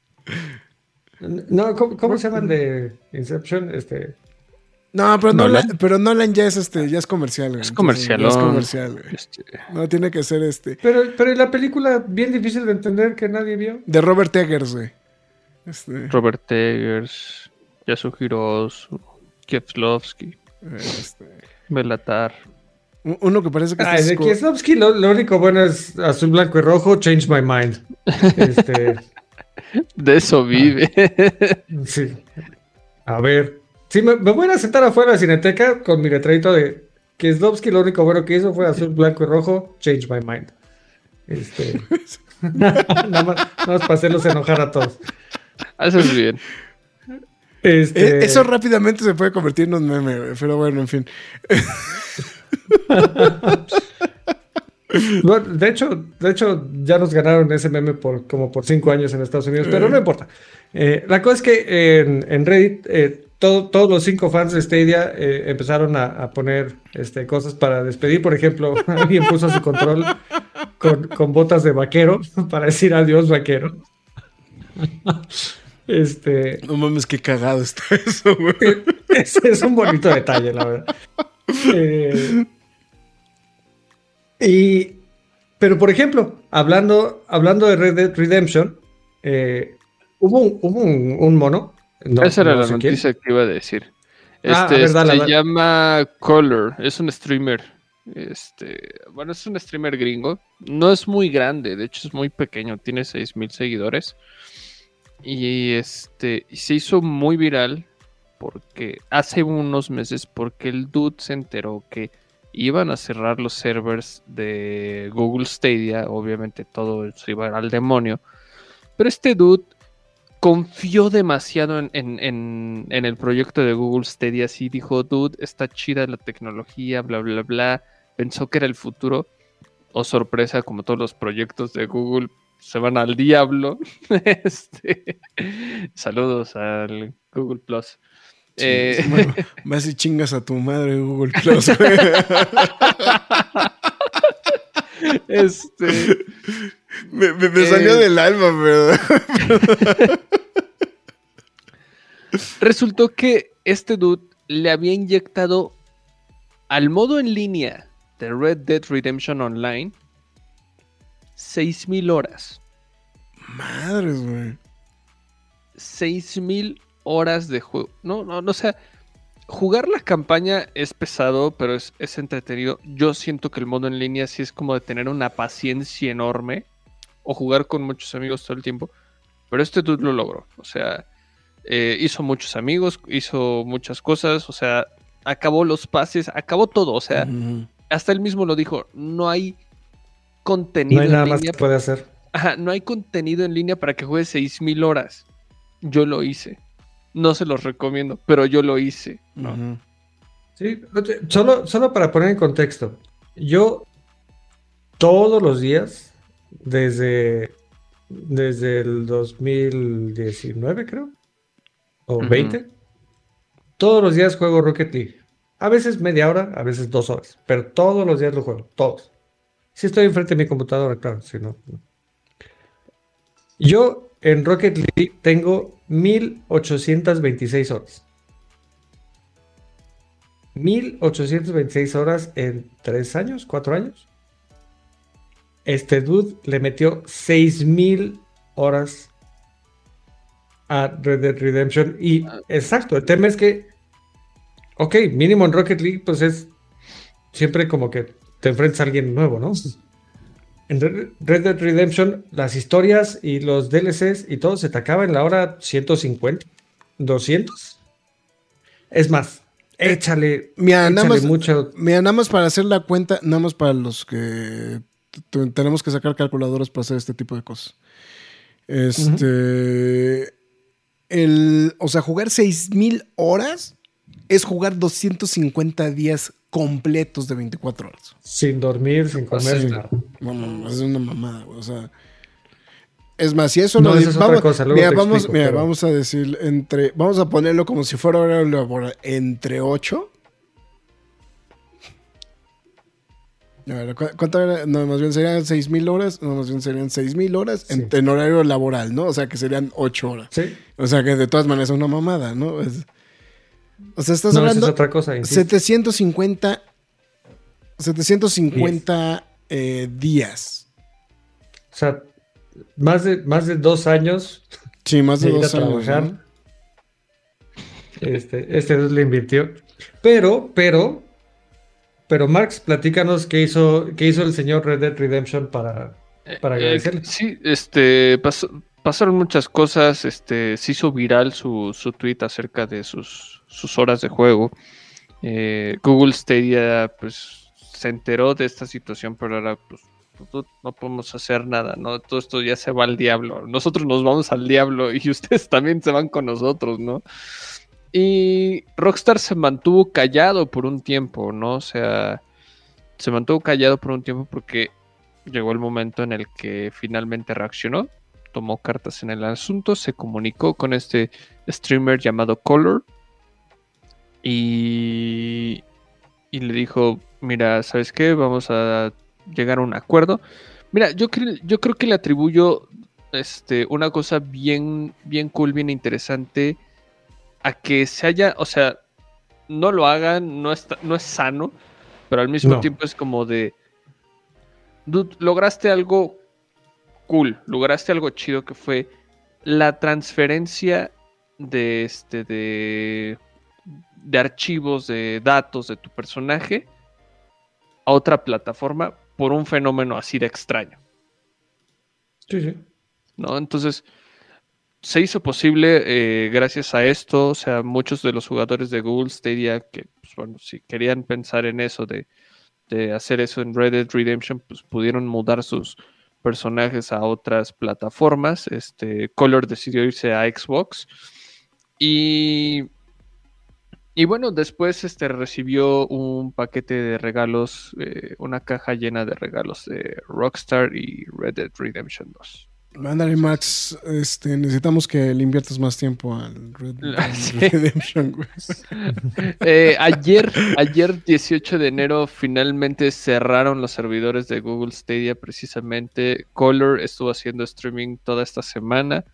No, ¿cómo se llaman de Inception? No, pero ¿Nolan? Nolan ya es ya es comercial, güey. Es comercial, Ya es comercial, güey. ¿no? No, tiene que ser Pero la película bien difícil de entender que nadie vio. de Robert Eggers, güey. Robert Eggers, Yasuhiro Ozu, Kieslowski, Belatar. Uno que parece que De Kieslowski lo único bueno es azul, blanco y rojo, Change My Mind. De eso vive. Sí. A ver. Sí, me voy a sentar afuera de la Cineteca con mi letrerito de Kieslowski. Lo único bueno que hizo fue azul, blanco y rojo, Change My Mind. Nada más para hacerlos enojar a todos. Haces bien. Eso rápidamente se puede convertir en un meme, güey. Pero bueno, en fin. Bueno, de hecho, ya nos ganaron ese meme como por 5 años en Estados Unidos, pero no importa. La cosa es que en Reddit todos los 5 fans de Stadia empezaron a poner cosas para despedir. Por ejemplo, alguien puso su control con botas de vaquero para decir adiós, vaquero. No mames, qué cagado está eso, güey. Es un bonito detalle, la verdad. Pero por ejemplo, hablando de Red Dead Redemption, hubo un mono. Esa era la sé noticia que iba a decir. Se llama Color, es un streamer. Bueno, es un streamer gringo. No es muy grande, de hecho es muy pequeño, tiene 6,000 seguidores. Y se hizo muy viral porque hace unos meses, porque el dude se enteró que iban a cerrar los servers de Google Stadia. Obviamente todo se iba al demonio. Pero este dude confió demasiado en el proyecto de Google Stadia. Así dijo, dude, está chida la tecnología, bla, bla, bla. Pensó que era el futuro. Oh, sorpresa, como todos los proyectos de Google se van al diablo. Saludos al Google Plus. Bueno, vas y chingas a tu madre, Google Plus, güey. Me salió del alma, ¿verdad? Resultó que este dude le había inyectado al modo en línea de Red Dead Redemption Online 6,000 horas. Madres, güey. 6,000 horas de juego. No, o sea, jugar la campaña es pesado, pero es entretenido. Yo siento que el modo en línea sí es como de tener una paciencia enorme o jugar con muchos amigos todo el tiempo. Pero este dude lo logró. O sea, hizo muchos amigos, hizo muchas cosas. O sea, acabó los pases, acabó todo. O sea, hasta él mismo lo dijo, no hay contenido No hay en nada más línea. que puede hacer. Ajá, no hay contenido en línea para que juegues 6,000 horas. Yo lo hice. No se los recomiendo, pero yo lo hice, ¿no? Ujú. Sí, solo para poner en contexto. Yo todos los días, desde el 2019, creo, o Ujú. 20, todos los días juego Rocket League. A veces media hora, a veces 2 horas, pero todos los días lo juego, todos. Si estoy enfrente de mi computadora, claro, si no, no. Yo en Rocket League tengo 1826 horas. 1826 horas en 3 años, 4 años. Este dude le metió 6000 horas a Red Dead Redemption. Y exacto, el tema es que, ok, mínimo en Rocket League, pues es siempre como que te enfrentas a alguien nuevo, ¿no? En Red Dead Redemption, las historias y los DLCs y todo se te acaba en la hora 150, 200. Es más, échale mucho. Mira, nada más para hacer la cuenta, nada más para los que tenemos que sacar calculadoras para hacer este tipo de cosas. O sea, jugar 6,000 horas es jugar 250 días completos de 24 horas. Sin dormir, sin comer, sin nada. No, es una mamada, güey. O sea, es más, si eso No, lo eso es otra cosa, luego te explico, pero- vamos a decir vamos a ponerlo como si fuera horario laboral entre 8. A ver, ¿cuánto era? No, más bien serían 6,000 horas. No, más bien serían 6,000 horas Sí. en horario laboral, ¿no? O sea, que serían 8 horas. Sí. O sea, que de todas maneras es una mamada, ¿no? O sea, estás No, eso hablando es otra cosa, insisto. 750 días. O sea, más de 2 años Sí, más de de ir a 2 años. trabajar. ¿no? Este dude le invirtió. Pero, Marx, platícanos qué hizo el señor Red Dead Redemption para agradecerle. Sí, pasaron muchas cosas. Se hizo viral su tweet acerca de sus horas de juego. Google Stadia, pues, se enteró de esta situación, pero ahora, pues, no podemos hacer nada, ¿no? Todo esto ya se va al diablo. Nosotros nos vamos al diablo y ustedes también se van con nosotros, ¿no? Y Rockstar se mantuvo callado por un tiempo, ¿no? O sea, se mantuvo callado por un tiempo porque llegó el momento en el que finalmente reaccionó, tomó cartas en el asunto, se comunicó con este streamer llamado Color y le dijo, mira, ¿sabes qué? Vamos a llegar a un acuerdo. Mira, yo creo que le atribuyo una cosa bien, bien cool, bien interesante a que se haya, o sea, no lo hagan, no es sano, pero al mismo tiempo es como de, dude, lograste algo cool, lograste algo chido que fue la transferencia de archivos, de datos de tu personaje a otra plataforma por un fenómeno así de extraño. Sí. ¿No? Entonces, se hizo posible gracias a esto. O sea, muchos de los jugadores de Google Stadia que, pues, bueno, si querían pensar en eso, de hacer eso en Red Dead Redemption, pues pudieron mudar sus personajes a otras plataformas. Color decidió irse a Xbox. Y bueno, después recibió un paquete de regalos, una caja llena de regalos de Rockstar y Red Dead Redemption 2. Ándale, Max, necesitamos que le inviertas más tiempo al Red Dead Redemption, güey. Ayer 18 de enero finalmente cerraron los servidores de Google Stadia precisamente. Color estuvo haciendo streaming toda esta semana,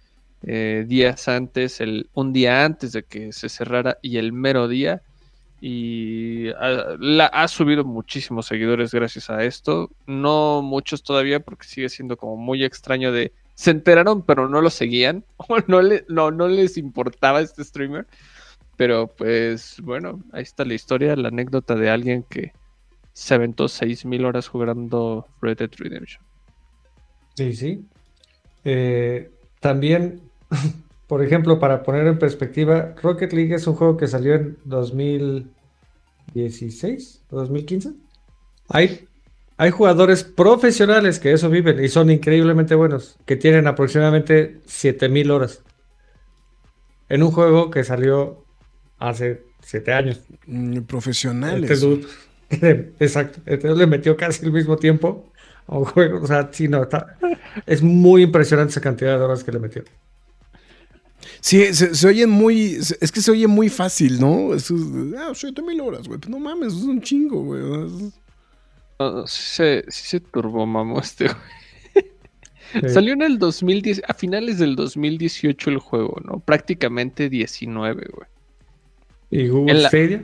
un día antes de que se cerrara y el mero día. Y ha subido muchísimos seguidores gracias a esto. No muchos todavía porque sigue siendo como muy extraño de... Se enteraron pero no lo seguían o no les importaba este streamer. Pero pues bueno, ahí está la historia, la anécdota de alguien que se aventó 6,000 horas jugando Red Dead Redemption. Sí. También, por ejemplo, para poner en perspectiva, Rocket League es un juego que salió en 2016 o 2015. Hay jugadores profesionales que eso viven y son increíblemente buenos, que tienen aproximadamente 7,000 horas en un juego que salió hace 7 años. Profesionales. Exacto. Entonces le metió casi el mismo tiempo a un juego. O sea, sí, no, es muy impresionante esa cantidad de horas que le metió. Sí, se oyen muy. Es que se oye muy fácil, ¿no? 7,000 horas, güey. Pues no mames, es un chingo, güey. Sí se turbomamó este, güey. Sí. Salió en el 2010, a finales del 2018 el juego, ¿no? Prácticamente 19, güey. ¿Y Google Stadia?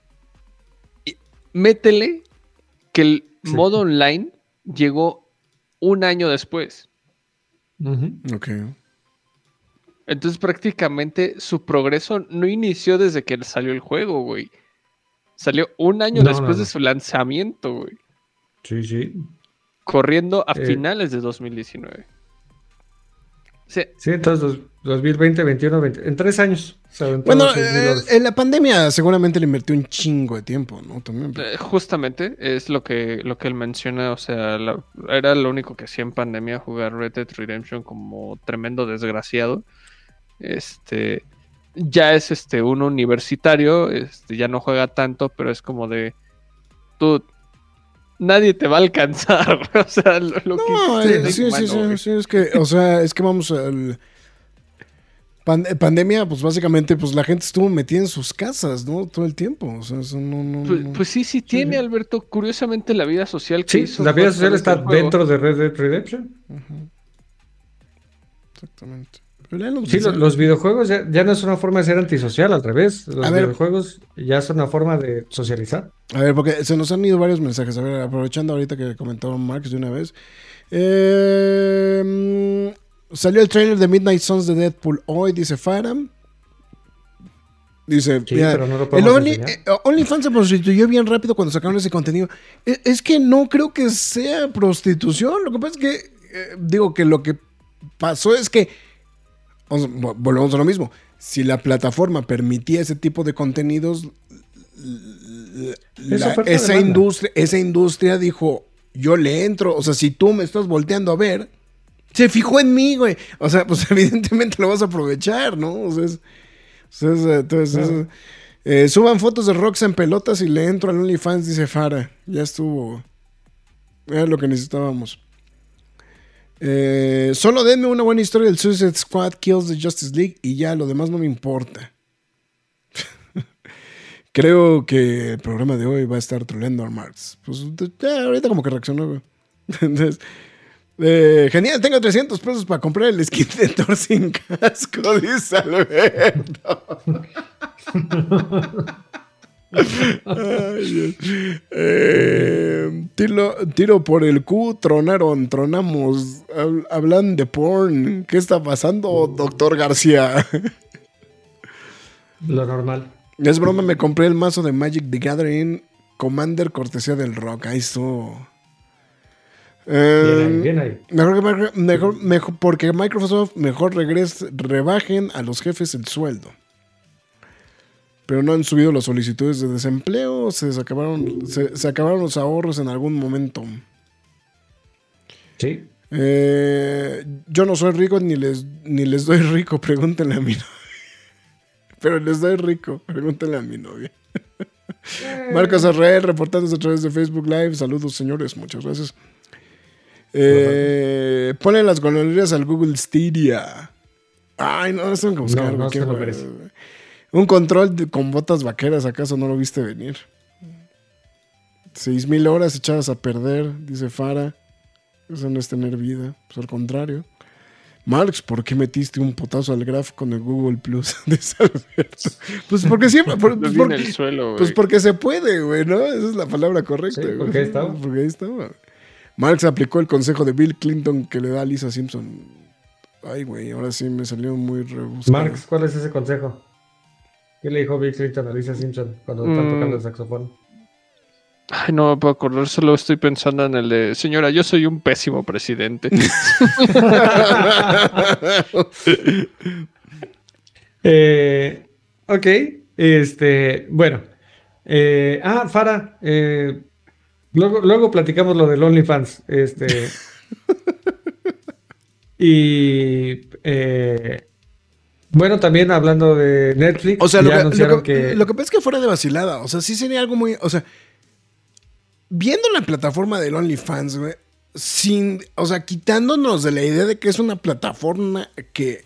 Métele que el modo online llegó un año después. Ok. Entonces prácticamente su progreso no inició desde que salió el juego, güey. Salió un año después de su lanzamiento, güey. Sí. Corriendo a finales de 2019. Sí, entonces 2020, 21, 20, en 3 años. Bueno, en la pandemia seguramente le invirtió un chingo de tiempo, ¿no? También. Justamente es lo que él menciona, o sea, era lo único que hacía en pandemia, jugar Red Dead Redemption como tremendo desgraciado. Ya es un universitario, ya no juega tanto, pero es como de tú, nadie te va a alcanzar, o sea, lo no, que sí, es que, o sea, es que vamos al pandemia, pues básicamente, pues la gente estuvo metida en sus casas, ¿no? Todo el tiempo, o sea, eso no. Pues sí tiene, Alberto, curiosamente la vida social que hizo. La vida social está dentro de Red Dead Redemption. Exactamente. Sí, los videojuegos ya no es una forma de ser antisocial, al revés. Los videojuegos ya son una forma de socializar. A ver, porque se nos han ido varios mensajes. A ver, aprovechando ahorita que comentaron Marx de una vez. Salió el trailer de Midnight Suns de Deadpool hoy, dice Faram. Dice, sí, pero no lo podemos OnlyFans se prostituyó bien rápido cuando sacaron ese contenido. Es que no creo que sea prostitución. Lo que pasa es que, digo que lo que pasó es que volvemos a lo mismo. Si la plataforma permitía ese tipo de contenidos, esa industria dijo, yo le entro. O sea, si tú me estás volteando a ver, se fijó en mí, güey. O sea, pues evidentemente lo vas a aprovechar, ¿no? O sea, suban fotos de Rox en pelotas y le entro al OnlyFans, dice Fara. Ya estuvo. Era lo que necesitábamos. Solo denme una buena historia del Suicide Squad Kills the Justice League y ya, lo demás no me importa. Creo que el programa de hoy va a estar troleando a Marx. Pues ya, ahorita como que reaccionó, güey. Entonces, genial, tengo 300 pesos para comprar el skin de Thor sin casco, dice Alberto. Ay, tiro por el Q, tronamos, hablan de porn. ¿Qué está pasando, doctor García? Lo normal. Es broma, me compré el mazo de Magic the Gathering Commander cortesía del Rock. Ahí estuvo. Bien ahí. Mejor, porque Microsoft mejor rebajen a los jefes el sueldo. Pero no han subido las solicitudes de desempleo, se acabaron los ahorros en algún momento. Sí. Yo no soy rico ni les doy rico, pregúntenle a mi novia. Pero les doy rico, pregúntenle a mi novia. Marcos Arrael reportándose a través de Facebook Live. Saludos, señores, muchas gracias. Ponen las gonorreas al Google Stadia. Ay, no tengo que buscar. No se lo merece. Un control con botas vaqueras, ¿acaso no lo viste venir? 6,000 horas echadas a perder, dice Fara. Eso no es tener vida, pues al contrario. Marx, ¿por qué metiste un potazo al gráfico en el Google Plus? Dice Alberto. Pues porque siempre. Pues porque se puede, güey, ¿no? Esa es la palabra correcta. Sí, porque ahí estaba. Porque ahí estaba. Marx aplicó el consejo de Bill Clinton que le da a Lisa Simpson. Ay, güey, ahora sí me salió muy rebuscado. Marx, ¿cuál es ese consejo? ¿Qué le dijo Bill Clinton a Lisa Simpson cuando están tocando el saxofón? Ay, no me puedo acordar, solo estoy pensando en el de señora, yo soy un pésimo presidente. Ok, bueno. Fara, Luego platicamos lo del OnlyFans. Y bueno, también hablando de Netflix, O sea, ya lo que anunciaron que pasa es que fuera de vacilada, o sea, sí sería algo muy, o sea, viendo la plataforma del OnlyFans, güey, o sea, quitándonos de la idea de que es una plataforma que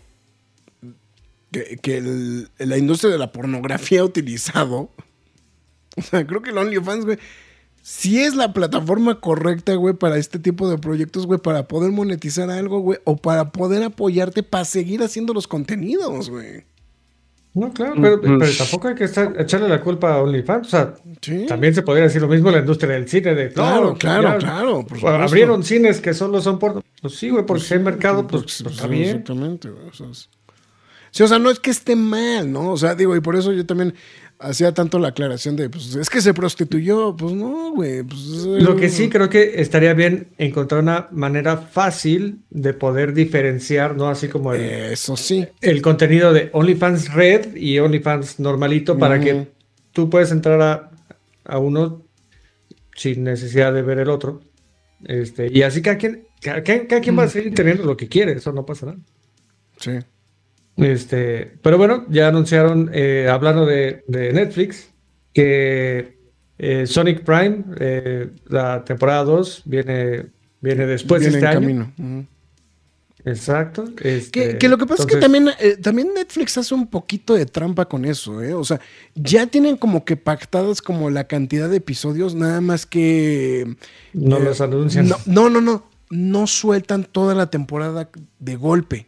la industria de la pornografía ha utilizado. O sea, creo que el OnlyFans, güey, sí es la plataforma correcta, güey, para este tipo de proyectos, güey, para poder monetizar algo, güey, o para poder apoyarte para seguir haciendo los contenidos, güey. No, claro, pero tampoco hay que echarle la culpa a OnlyFans. O sea, Sí. también se podría decir lo mismo en la industria del cine. Claro, ya, por supuesto. abrieron cines que solo son por... Pues sí, güey, porque Pues si hay sí, mercado, porque- pues pues, está bien. Exactamente, güey. O sea, sí, o sea, no es que esté mal, ¿no? O sea, digo, y por eso yo también hacía tanto la aclaración de, pues, es que se prostituyó. Pues no, güey. Pues, Lo que sí creo que estaría bien encontrar una manera fácil de poder diferenciar, ¿no? Así como Eso sí. el contenido de OnlyFans Red y OnlyFans normalito para que tú puedas entrar a uno sin necesidad de ver el otro. Y así cada quien va a seguir teniendo lo que quiere, eso no pasa nada. Sí. Pero bueno, ya anunciaron, hablando de Netflix, que Sonic Prime, la temporada 2, viene después Viene este en año. camino. Ujú. Exacto. Que lo que pasa es que también Netflix hace un poquito de trampa con eso, ¿eh? O sea, ya tienen como que pactadas como la cantidad de episodios, nada más que... No los anuncian. No sueltan toda la temporada de golpe.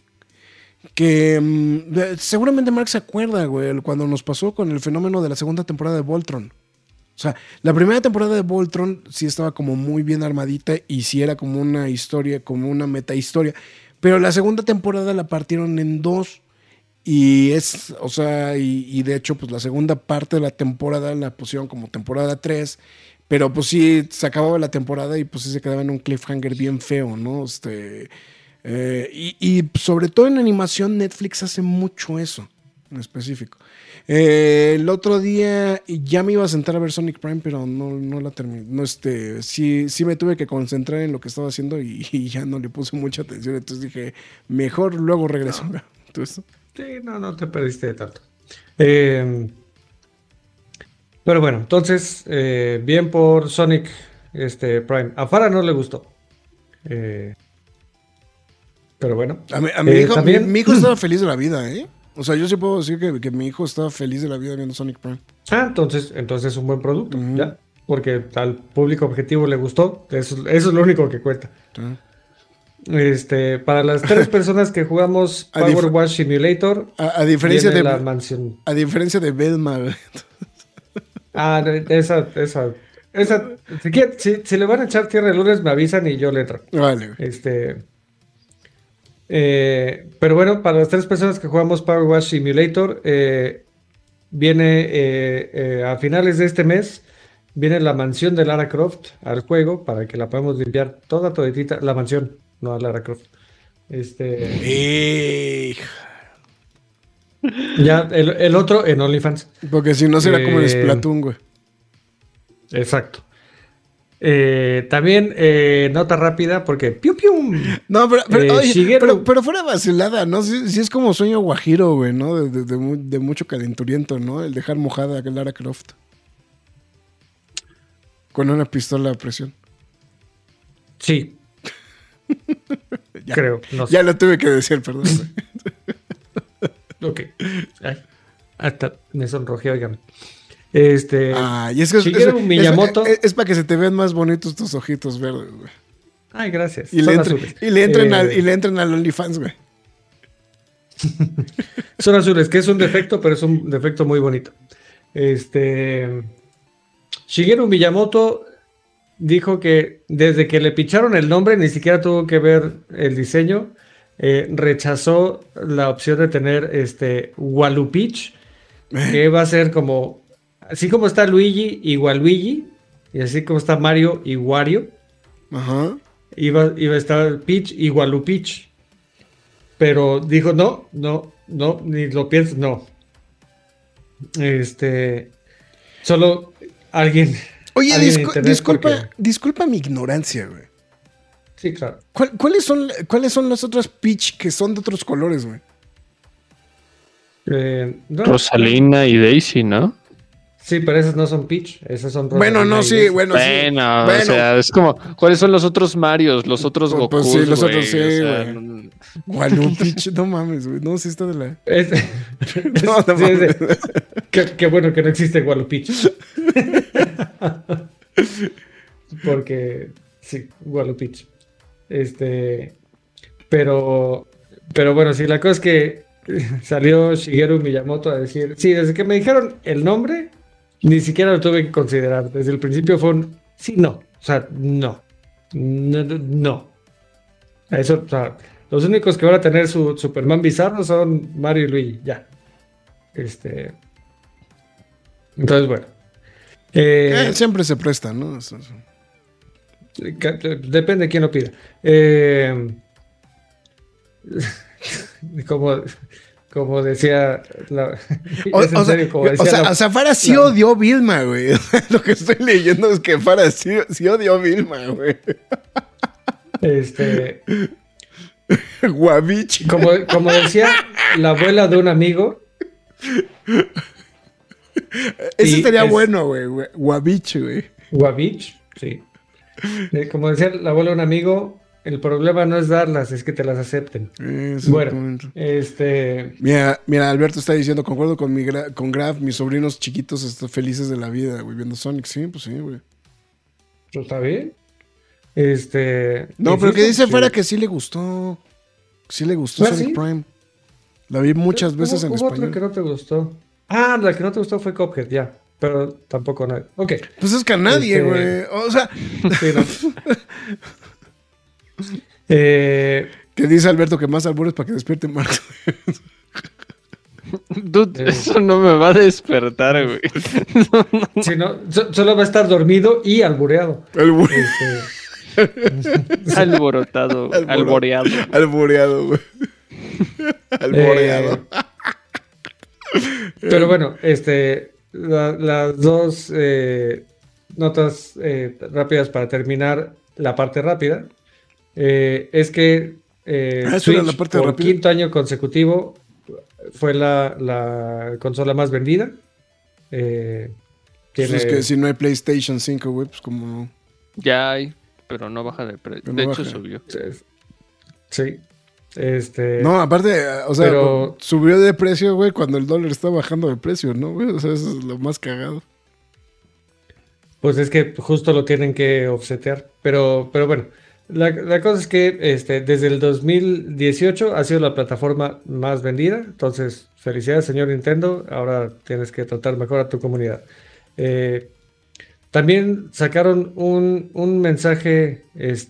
Que seguramente Mark se acuerda, güey, cuando nos pasó con el fenómeno de la segunda temporada de Voltron. O sea, la primera temporada de Voltron sí estaba como muy bien armadita y sí era como una historia, como una meta historia. Pero la segunda temporada la partieron en dos. Y o sea, y de hecho, pues la segunda parte de la temporada la pusieron como temporada 3. Pero pues sí, se acababa la temporada y pues sí se quedaba en un cliffhanger bien feo, ¿no? Y sobre todo en animación, Netflix hace mucho eso, en específico. El otro día ya me iba a sentar a ver Sonic Prime, pero no la terminé. Sí me tuve que concentrar en lo que estaba haciendo y ya no le puse mucha atención. Entonces dije, mejor luego regreso. No. Entonces, Sí, no te perdiste de tanto. Pero bueno, entonces, bien por Sonic Prime. A Farah no le gustó. Pero bueno. a mi hijo, también... mi hijo estaba feliz de la vida, ¿eh? O sea, yo sí puedo decir que mi hijo estaba feliz de la vida viendo Sonic Prime. Entonces es un buen producto, ¿ya? Porque al público objetivo le gustó. Eso es lo único que cuenta. Para las 3 personas que jugamos Power Wash Simulator, a diferencia de la mansión. A diferencia de Velma. Esa. Si le van a echar tierra el lunes, me avisan y yo le entro. Vale. Pero bueno, para las 3 personas que jugamos Power Wash Simulator, viene a finales de este mes, viene la mansión de Lara Croft al juego para que la podamos limpiar toditita, la mansión, no a Lara Croft. Ya el otro en OnlyFans. Porque si no será como en Splatoon, güey. Exacto. También nota rápida porque ¡piu, piu! No, Shigeru... pero fuera vacilada, ¿no? Sí es como sueño guajiro, güey, ¿no? De mucho calenturiento, ¿no? El dejar mojada a Lara Croft. Con una pistola a presión. Sí. Creo. No sé. Ya lo tuve que decir, perdón. Ok. Ay, hasta me sonrojé, oigan. Y es que Shigeru Miyamoto. Es para que se te vean más bonitos tus ojitos verdes, güey. Ay, gracias. Y le entren al OnlyFans, güey. Son azules, que es un defecto, pero es un defecto muy bonito. Shigeru Miyamoto dijo que desde que le picharon el nombre, ni siquiera tuvo que ver el diseño. Rechazó la opción de tener Walupeach, que va a ser como, así como está Luigi y Waluigi, y así como está Mario y Wario. Ajá. Iba a estar Peach y Walupeach. Pero dijo, no, ni lo pienso, no. Solo alguien Oye, alguien en internet disculpa mi ignorancia, güey. Sí, claro. ¿Cuáles son las otras Peach que son de otros colores, güey? No, Rosalina y Daisy, ¿no? Sí, pero esas no son Peach, esas son Bueno, no, sí, bueno, sí. Bueno, o sea, es como, ¿cuáles son los otros Marios? Los otros Pues Gokus, sí, los güey? otros sí, O sea, güey. Gualu Peach, no mames, güey. No, sí está de la... No, no mames. Qué bueno que no existe Gualupich. Porque, sí, Gualupich. Pero bueno, sí, la cosa es que salió Shigeru Miyamoto a decir, sí, desde que me dijeron el nombre, ni siquiera lo tuve que considerar. Desde el principio fue un sí, no. O sea, no. Eso, o sea, los únicos que van a tener su Superman bizarro son Mario y Luigi, ya. Entonces, bueno. Siempre se presta, ¿no? Depende de quién lo pida. Como decía o sea, Farah sí odió Vilma, güey. Lo que estoy leyendo es que Farah sí odió Vilma, güey. Guavich. Como decía la abuela de un amigo. Ese sería bueno, güey. Guavich, güey. Guavich, sí. Como decía la abuela de un amigo, el problema no es darlas, es que te las acepten. Bueno, Mira, Alberto está diciendo, concuerdo con Graf, mis sobrinos chiquitos están felices de la vida, güey, viendo Sonic. Sí, pues sí, güey. ¿Está bien? No, pero que dice fuera que sí le gustó. Sí le gustó Sonic Prime. La vi muchas veces en español. Otra que no te gustó. Ah, la que no te gustó fue Cuphead, ya. Pero tampoco nadie. Ok. Pues es que a nadie, güey. O sea. Sí, no. Que dice Alberto que más albures para que despierte Marx. Dude, eso no me va a despertar, güey. Si no, solo va a estar dormido y albureado. Alborotado, alboreado. Alboreado, güey. Alboreado. Pero bueno, las dos notas rápidas para terminar la parte rápida. Es que Switch por quinto año consecutivo fue la consola más vendida. Pues es que si no hay PlayStation 5, güey, pues como no. Ya hay, pero no baja de precio. De hecho, subió. Sí. No, aparte, o sea, subió de precio, güey, cuando el dólar está bajando de precio, ¿no, güey? O sea, eso es lo más cagado. Pues es que justo lo tienen que offsetear. Pero bueno, la cosa es que desde el 2018 ha sido la plataforma más vendida. Entonces, felicidades, señor Nintendo. Ahora tienes que tratar mejor a tu comunidad. También sacaron un mensaje,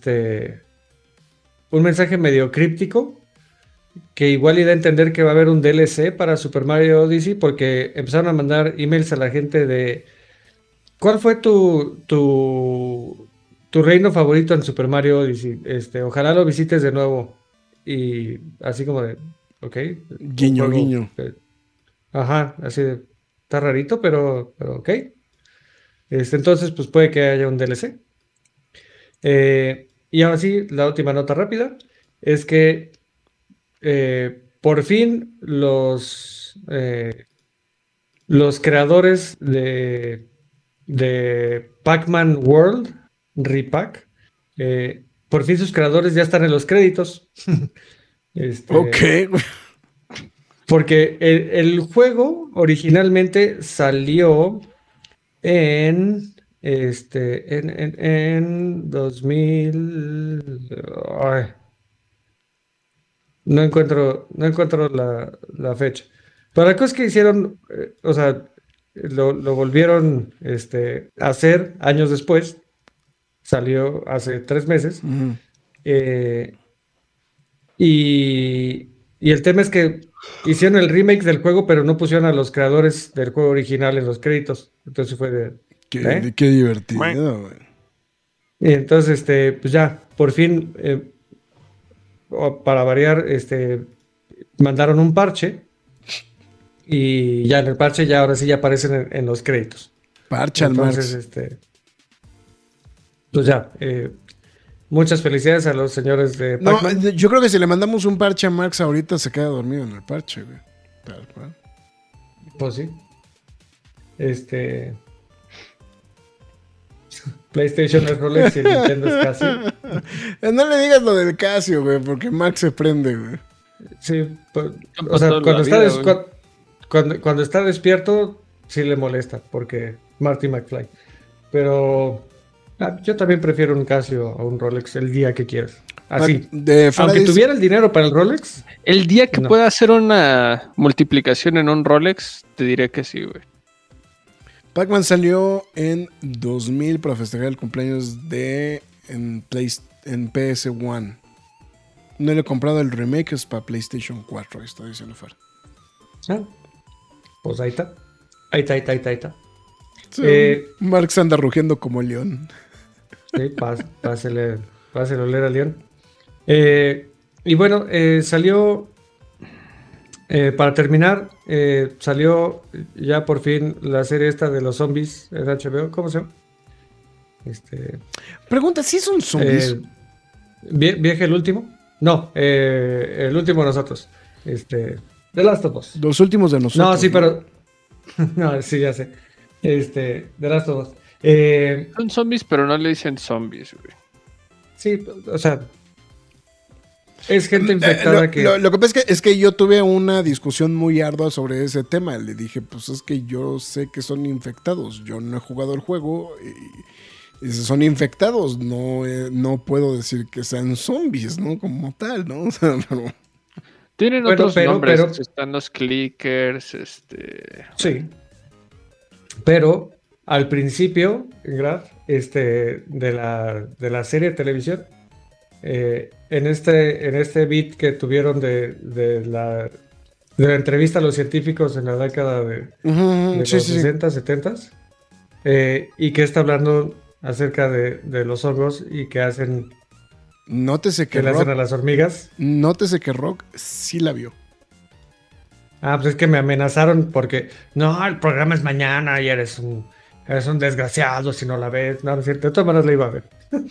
un mensaje medio críptico, que igual da a entender que va a haber un DLC para Super Mario Odyssey, porque empezaron a mandar emails a la gente de ¿cuál fue tu reino favorito en Super Mario Odyssey? Ojalá lo visites de nuevo. Y así como de, ok. Guiño, guiño. Ajá, así de, está rarito, pero ok. Entonces, pues puede que haya un DLC. Y ahora sí, la última nota rápida es que por fin los creadores de Pac-Man World Repack, por fin sus creadores ya están en los créditos. Ok. Porque el juego originalmente salió en 2000. Ay, no encuentro la fecha. Pero la cosa es que hicieron, o sea, lo volvieron a hacer años después. Salió hace 3 meses. Uh-huh. Y el tema es que hicieron el remake del juego, pero no pusieron a los creadores del juego original en los créditos. Entonces fue de... Qué divertido, güey. Y entonces, pues ya, por fin, para variar, mandaron un parche. Y ya en el parche ya ahora sí ya aparecen en los créditos. Parche al Marx. Entonces, Pues ya, muchas felicidades a los señores de No, Pac-Man. yo creo que si le mandamos un parche a Marx ahorita se queda dormido en el parche, güey. Tal cual. Pues sí. PlayStation es Rolex y Nintendo es Casio. No le digas lo del Casio, güey, porque Marx se prende, güey. Sí, Han o sea, pasado cuando la está, vida, güey. cuando está despierto, sí le molesta, porque Marty McFly. Pero yo también prefiero un Casio a un Rolex el día que quieras. Así. De Fara Aunque dice- tuviera el dinero para el Rolex, El día que No. pueda hacer una multiplicación en un Rolex, te diré que sí, güey. Pac-Man salió en 2000 para festejar el cumpleaños en PS1. No le he comprado el remake, es para PlayStation 4, está diciendo Far. pues ahí está. Ahí está. Sí, Eh, Marx anda rugiendo como león. Sí, pásele a oler a León. Y bueno, salió, para terminar, salió ya por fin la serie esta de los zombies en HBO. ¿Cómo se llama? Pregunta, ¿sí son zombies? ¿Viaje el último? No, el último de nosotros. The Last of Us. Los últimos de nosotros. No, sí, pero... no, sí, ya sé. The Last of Us. Son zombies, pero no le dicen zombies, güey. Sí, o sea... Es gente infectada que... Lo que pasa es que yo tuve una discusión muy ardua sobre ese tema. Le dije, pues es que yo sé que son infectados. Yo no he jugado el juego y si son infectados. No puedo decir que sean zombies, ¿no? Como tal, ¿no? O sea, pero... Tienen Bueno, otros pero- nombres. pero- Están los clickers, Sí. Pero al principio, Graf, de la serie de televisión, en este beat que tuvieron de la entrevista a los científicos en la década de los Sí. 60, 70, y que está hablando acerca de los hongos y que hacen Nótese que que le hacen a Rock, las hormigas. nótese que Rock sí la vio. Ah, pues es que me amenazaron porque no, el programa es mañana y eres un desgraciado si no la ves. No, no es cierto, de todas maneras la iba a ver.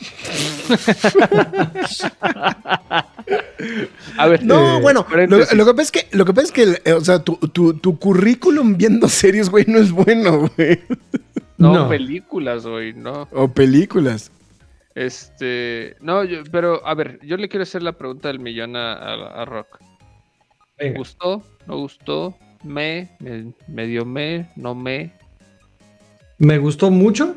A ver, No, bueno, paréntesis. lo que pasa es que, o sea, tu currículum viendo series, güey, no es bueno, güey. No, películas, güey, no. O películas. No, pero a ver, yo le quiero hacer la pregunta del millón a Rock. Venga. ¿Gustó? ¿No gustó? ¿Medio no me? Me gustó mucho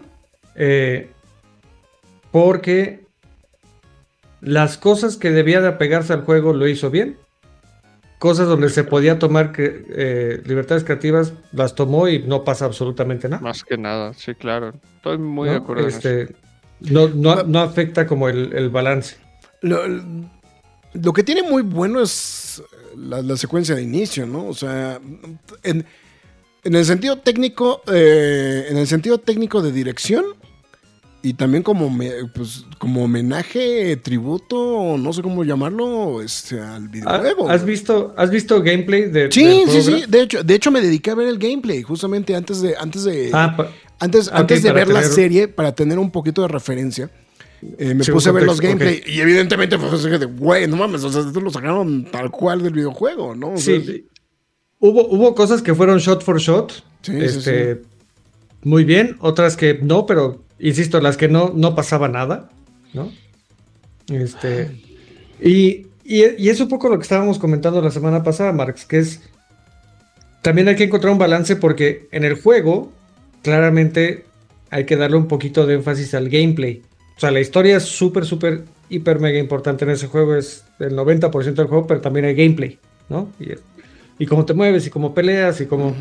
porque las cosas que debía de apegarse al juego lo hizo bien. Cosas donde se podía tomar libertades creativas las tomó y no pasa absolutamente nada. Más que nada, sí, claro. Estoy muy ¿no? de acuerdo en eso. No afecta como el balance. Lo que tiene muy bueno es la secuencia de inicio, ¿no? O sea, en el sentido técnico, de dirección y también como homenaje, tributo, no sé cómo llamarlo, al videojuego. ¿Has visto gameplay de Sí, del sí, juego, sí. De hecho, me dediqué a ver el gameplay justamente antes de Ok, ver la tener- serie, para tener un poquito de referencia. Me Sí, puse a un ver los contexto, gameplay y evidentemente fue así de, güey, no mames, o sea, esto lo sacaron tal cual del videojuego, ¿no? O sea, Sí, hubo cosas que fueron shot for shot. Sí, sí. Muy bien, otras que no, pero insisto, las que no pasaba nada, ¿no? Y es un poco lo que estábamos comentando la semana pasada, Marx, que es también hay que encontrar un balance porque en el juego claramente hay que darle un poquito de énfasis al gameplay. O sea, la historia es súper, hiper, mega importante en ese juego, es el 90% del juego, pero también hay gameplay, ¿no? Y cómo te mueves, y cómo peleas, y cómo...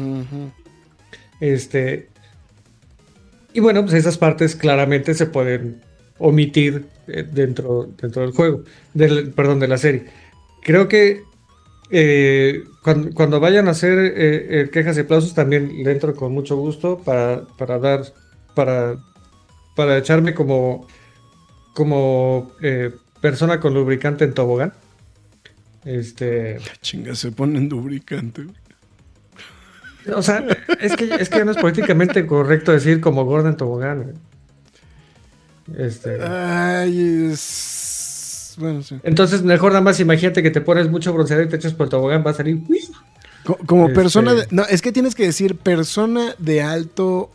Y bueno, pues esas partes claramente se pueden omitir dentro del juego, perdón, de la serie. Creo que cuando vayan a hacer quejas y aplausos también le entro con mucho gusto para echarme como persona con lubricante en tobogán. Chinga, se ponen lubricante. O sea, es que no es políticamente correcto decir como gorda en tobogán. Ay, bueno, sí. Entonces, mejor nada más imagínate que te pones mucho bronceador y te echas por el tobogán, va a salir. Como persona de, no, es que tienes que decir persona de alto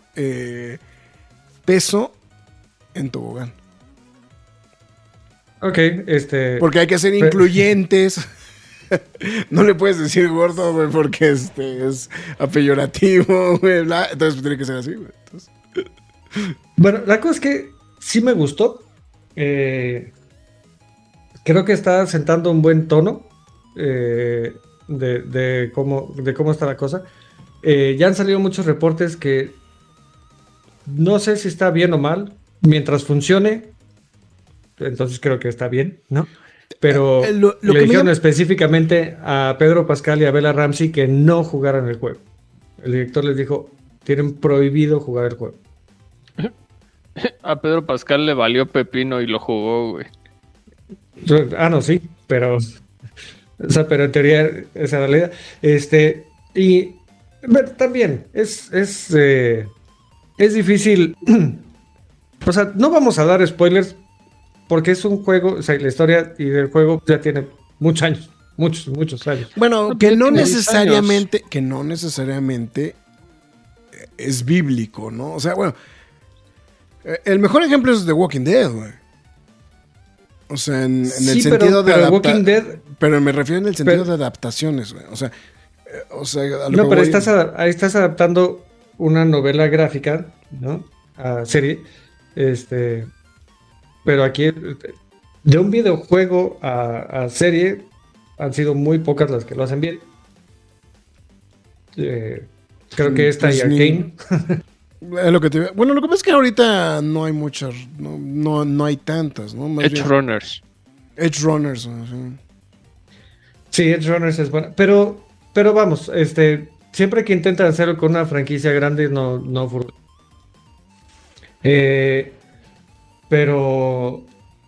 peso en tobogán. Ok, Porque hay que ser incluyentes. No le puedes decir gordo, güey, porque es apeyorativo, güey, bla. Entonces tiene que ser así, güey. Entonces... Bueno, la cosa es que sí me gustó. Creo que está sentando un buen tono de cómo está la cosa. Ya han salido muchos reportes que no sé si está bien o mal. Mientras funcione, entonces creo que está bien, ¿no? Pero lo le que dijeron específicamente a Pedro Pascal y a Bella Ramsey que no jugaran el juego. El director les dijo, tienen prohibido jugar el juego. A Pedro Pascal le valió pepino y lo jugó, güey. No, sí, pero... O sea, pero en teoría esa era la idea. Y bueno, también es difícil. O sea, no vamos a dar spoilers porque es un juego, o sea, la historia y el juego ya tiene muchos años, muchos años. Bueno, que no necesariamente es bíblico, ¿no? O sea, bueno, el mejor ejemplo es The Walking Dead, güey. O sea, en el sentido de Walking Dead, pero me refiero en el sentido de adaptaciones, güey. O sea, a lo no, pero ahí estás adaptando una novela gráfica, ¿no? A serie. Pero aquí, de un videojuego a serie, han sido muy pocas las que lo hacen bien. Creo que esta y Arcane. Bueno, lo que pasa es que ahorita no hay muchas, no hay tantas, ¿no? Edge Runners. Edge Runners, sí. Sí, Edge Runners es buena. Pero vamos, siempre que intentan hacerlo con una franquicia grande, no funciona. Pero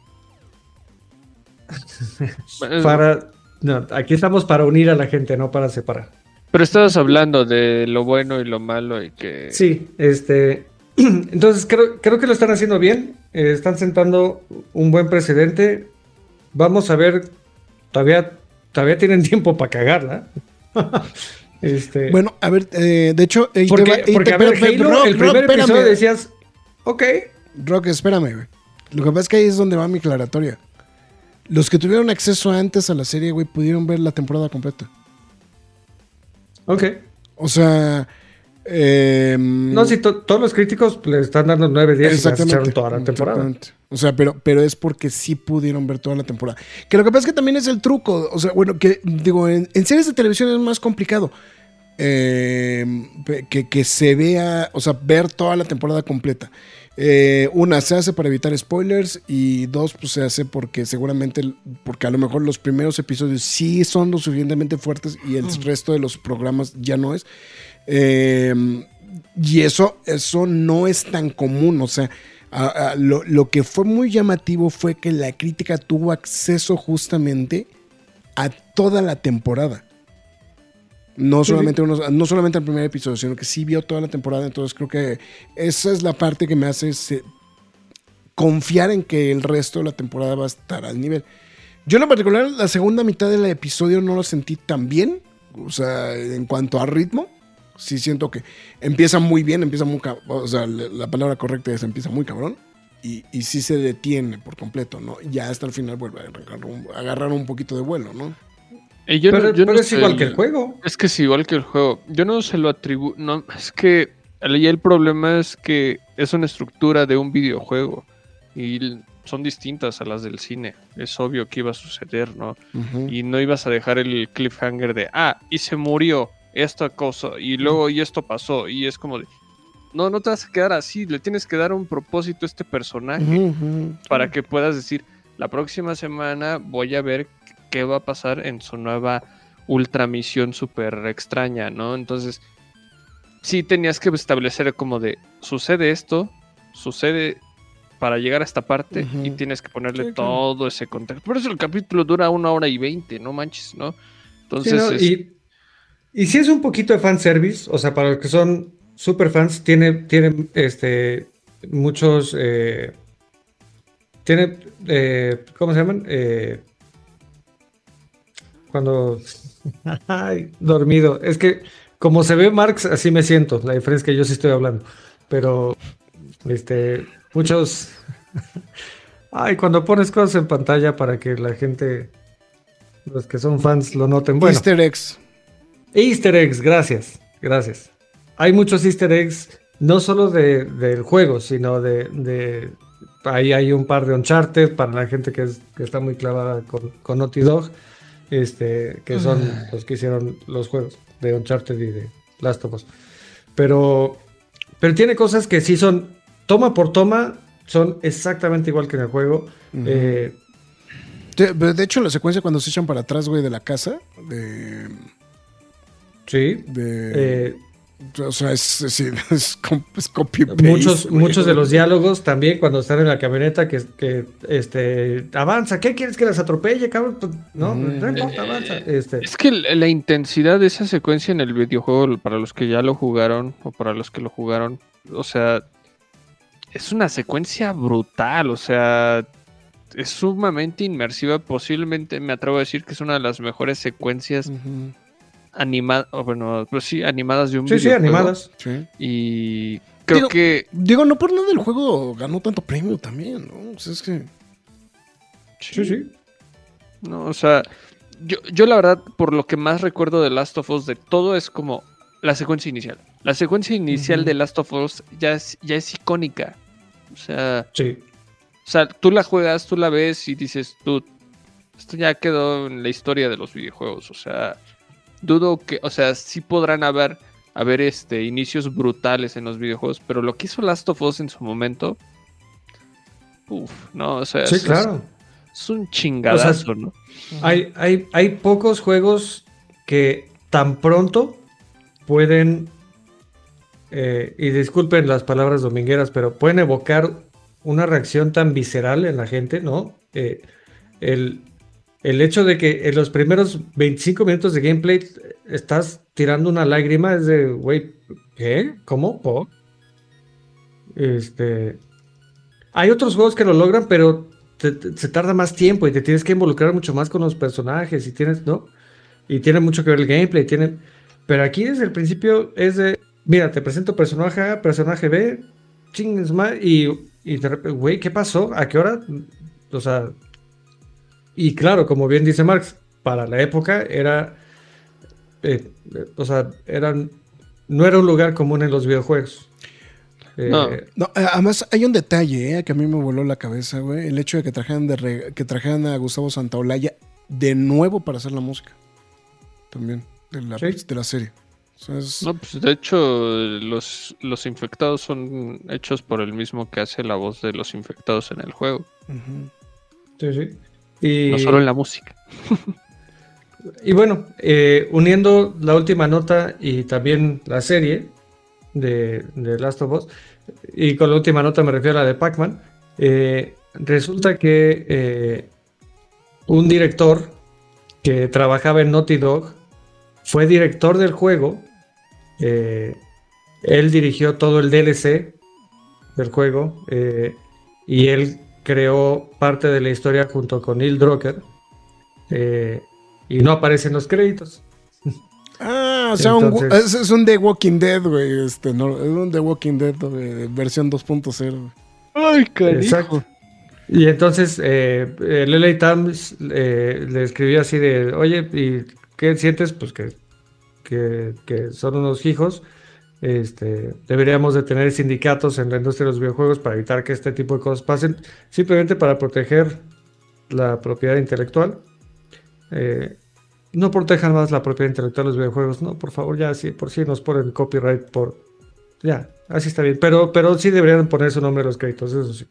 aquí estamos para unir a la gente, no para separar. Pero estabas hablando de lo bueno y lo malo y que... Sí, entonces creo que lo están haciendo bien. Están sentando un buen precedente. Vamos a ver, todavía tienen tiempo para cagarla. Bueno, a ver, de hecho... Porque a ver, Halo, el primer episodio decías, ok. Rock, espérame, güey. Lo que pasa es que ahí es donde va mi aclaratoria. Los que tuvieron acceso antes a la serie, güey, pudieron ver la temporada completa. Ok. O sea... no, si todos los críticos le están dando 9, 10 y se echaron toda la temporada. O sea, pero es porque sí pudieron ver toda la temporada. Que lo que pasa es que también es el truco. O sea, bueno, que digo, en series de televisión es más complicado. Que se vea, o sea, ver toda la temporada completa. Una, se hace para evitar spoilers, y dos, pues se hace porque a lo mejor los primeros episodios sí son lo suficientemente fuertes y el resto de los programas ya no es. Y eso no es tan común. O sea, lo que fue muy llamativo fue que la crítica tuvo acceso justamente a toda la temporada. No solamente el primer episodio, sino que sí vio toda la temporada. Entonces creo que esa es la parte que me hace confiar en que el resto de la temporada va a estar al nivel. Yo en lo particular, la segunda mitad del episodio no lo sentí tan bien. O sea, en cuanto a ritmo, sí siento que empieza muy bien, o sea, la palabra correcta es empieza muy cabrón. Y sí se detiene por completo, ¿no? Ya hasta el final vuelve a agarrar un poquito de vuelo, ¿no? Pero es igual que el juego. Es que es igual que el juego. Yo no se lo atribuyo. No, es que el problema es que es una estructura de un videojuego y son distintas a las del cine. Es obvio que iba a suceder, ¿no? Uh-huh. Y no ibas a dejar el cliffhanger de y se murió esta cosa y luego y esto pasó, y es como de no te vas a quedar así. Le tienes que dar un propósito a este personaje, uh-huh, para que puedas decir, la próxima semana voy a ver qué va a pasar en su nueva ultramisión súper extraña, ¿no? Entonces, sí tenías que establecer como de, sucede esto, sucede para llegar a esta parte, uh-huh, y tienes que ponerle todo ese contexto. Por eso el capítulo dura 1h20, no manches, ¿no? Entonces... Sí, ¿no? Y si es un poquito de fanservice, o sea, para los que son super fans, tiene muchos tiene, ¿cómo se llaman? Cuando... Ay, dormido. Es que como se ve Marx, así me siento. La diferencia es que yo sí estoy hablando. Pero, muchos... Ay, cuando pones cosas en pantalla para que la gente, los que son fans, lo noten. Bueno, Easter eggs. Easter eggs, gracias. Hay muchos Easter eggs, no solo del juego, sino de ahí hay un par de Uncharted para la gente que está muy clavada con Naughty Dog, que son los que hicieron los juegos de Uncharted y de Last of Us. Pero tiene cosas que sí son toma por toma, son exactamente igual que en el juego. De hecho, la secuencia cuando se echan para atrás, güey, de la casa, sí. O sea, es copy-paste. Muchos de los diálogos también cuando están en la camioneta que avanza, ¿qué quieres que las atropelle, cabrón? Pues, no importa, avanza. Es que la intensidad de esa secuencia en el videojuego, para los que ya lo jugaron o para los que lo jugaron, o sea, es una secuencia brutal, o sea, es sumamente inmersiva. Posiblemente me atrevo a decir que es una de las mejores secuencias animadas de un videojuego. Sí, animadas. Sí. Y creo que... Digo, no por nada el juego ganó tanto premio también, ¿no? O sea, es que... Sí. No, o sea, yo la verdad, por lo que más recuerdo de Last of Us, de todo es como la secuencia inicial. La secuencia inicial de Last of Us ya es icónica. O sea... Sí. O sea, tú la juegas, tú la ves y dices, esto ya quedó en la historia de los videojuegos. O sea, dudo que, o sea, sí podrán haber inicios brutales en los videojuegos, pero lo que hizo Last of Us en su momento, no, o sea, sí, claro. Es un chingadazo, o sea, ¿no? Hay pocos juegos que tan pronto pueden, y disculpen las palabras domingueras, pero pueden evocar una reacción tan visceral en la gente, ¿no? El hecho de que en los primeros 25 minutos de gameplay estás tirando una lágrima es de, güey, ¿qué? ¿Cómo? ¿Por? Hay otros juegos que lo logran, pero se tarda más tiempo y te tienes que involucrar mucho más con los personajes y tienes, ¿no? Y tiene mucho que ver el gameplay, pero aquí desde el principio es de, mira, te presento personaje A, personaje B, chingues más, y de repente, güey, ¿qué pasó? ¿A qué hora? O sea, y claro, como bien dice Marx, para la época era, no era un lugar común en los videojuegos. No, además hay un detalle que a mí me voló la cabeza, güey, el hecho de que trajeran a Gustavo Santaolalla de nuevo para hacer la música, también, de la serie. O sea, no, pues de hecho los infectados son hechos por el mismo que hace la voz de los infectados en el juego. Sí. Y... no solo en la música. Y bueno, uniendo la última nota y también la serie de Last of Us, y con la última nota me refiero a la de Pac-Man, resulta que un director que trabajaba en Naughty Dog fue director del juego. Él dirigió todo el DLC del juego y él creó parte de la historia junto con Neil Druckmann, y no aparece en los créditos. O sea, es un The Walking Dead, güey. Es un The Walking Dead, versión 2.0. Ay, cariño. Exacto. Y entonces el LA Times le escribió así de, oye, ¿y qué sientes? Pues que son unos hijos. Deberíamos de tener sindicatos en la industria de los videojuegos para evitar que este tipo de cosas pasen, simplemente para proteger la propiedad intelectual. No protejan más la propiedad intelectual de los videojuegos, no, por favor, ya, sí, por si nos ponen copyright, ya, así está bien, pero sí deberían poner su nombre en los créditos, eso sí.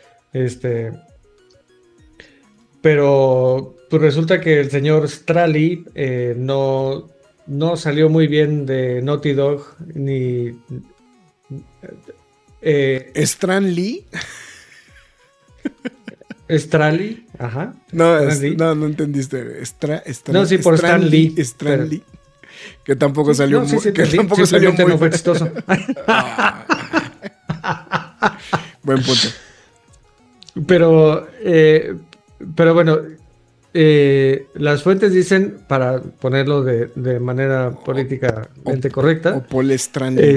Pero pues resulta que el señor Straley no salió muy bien de Naughty Dog, ni... ¿Stan Lee? Straley, ajá. No entendiste. No, sí, por Stan Lee. Stan Lee. Que tampoco salió muy bien. Que tampoco salió muy no fue chistoso. Buen punto. Pero bueno, las fuentes dicen, para ponerlo de manera políticamente correcta, O Paul Stanley.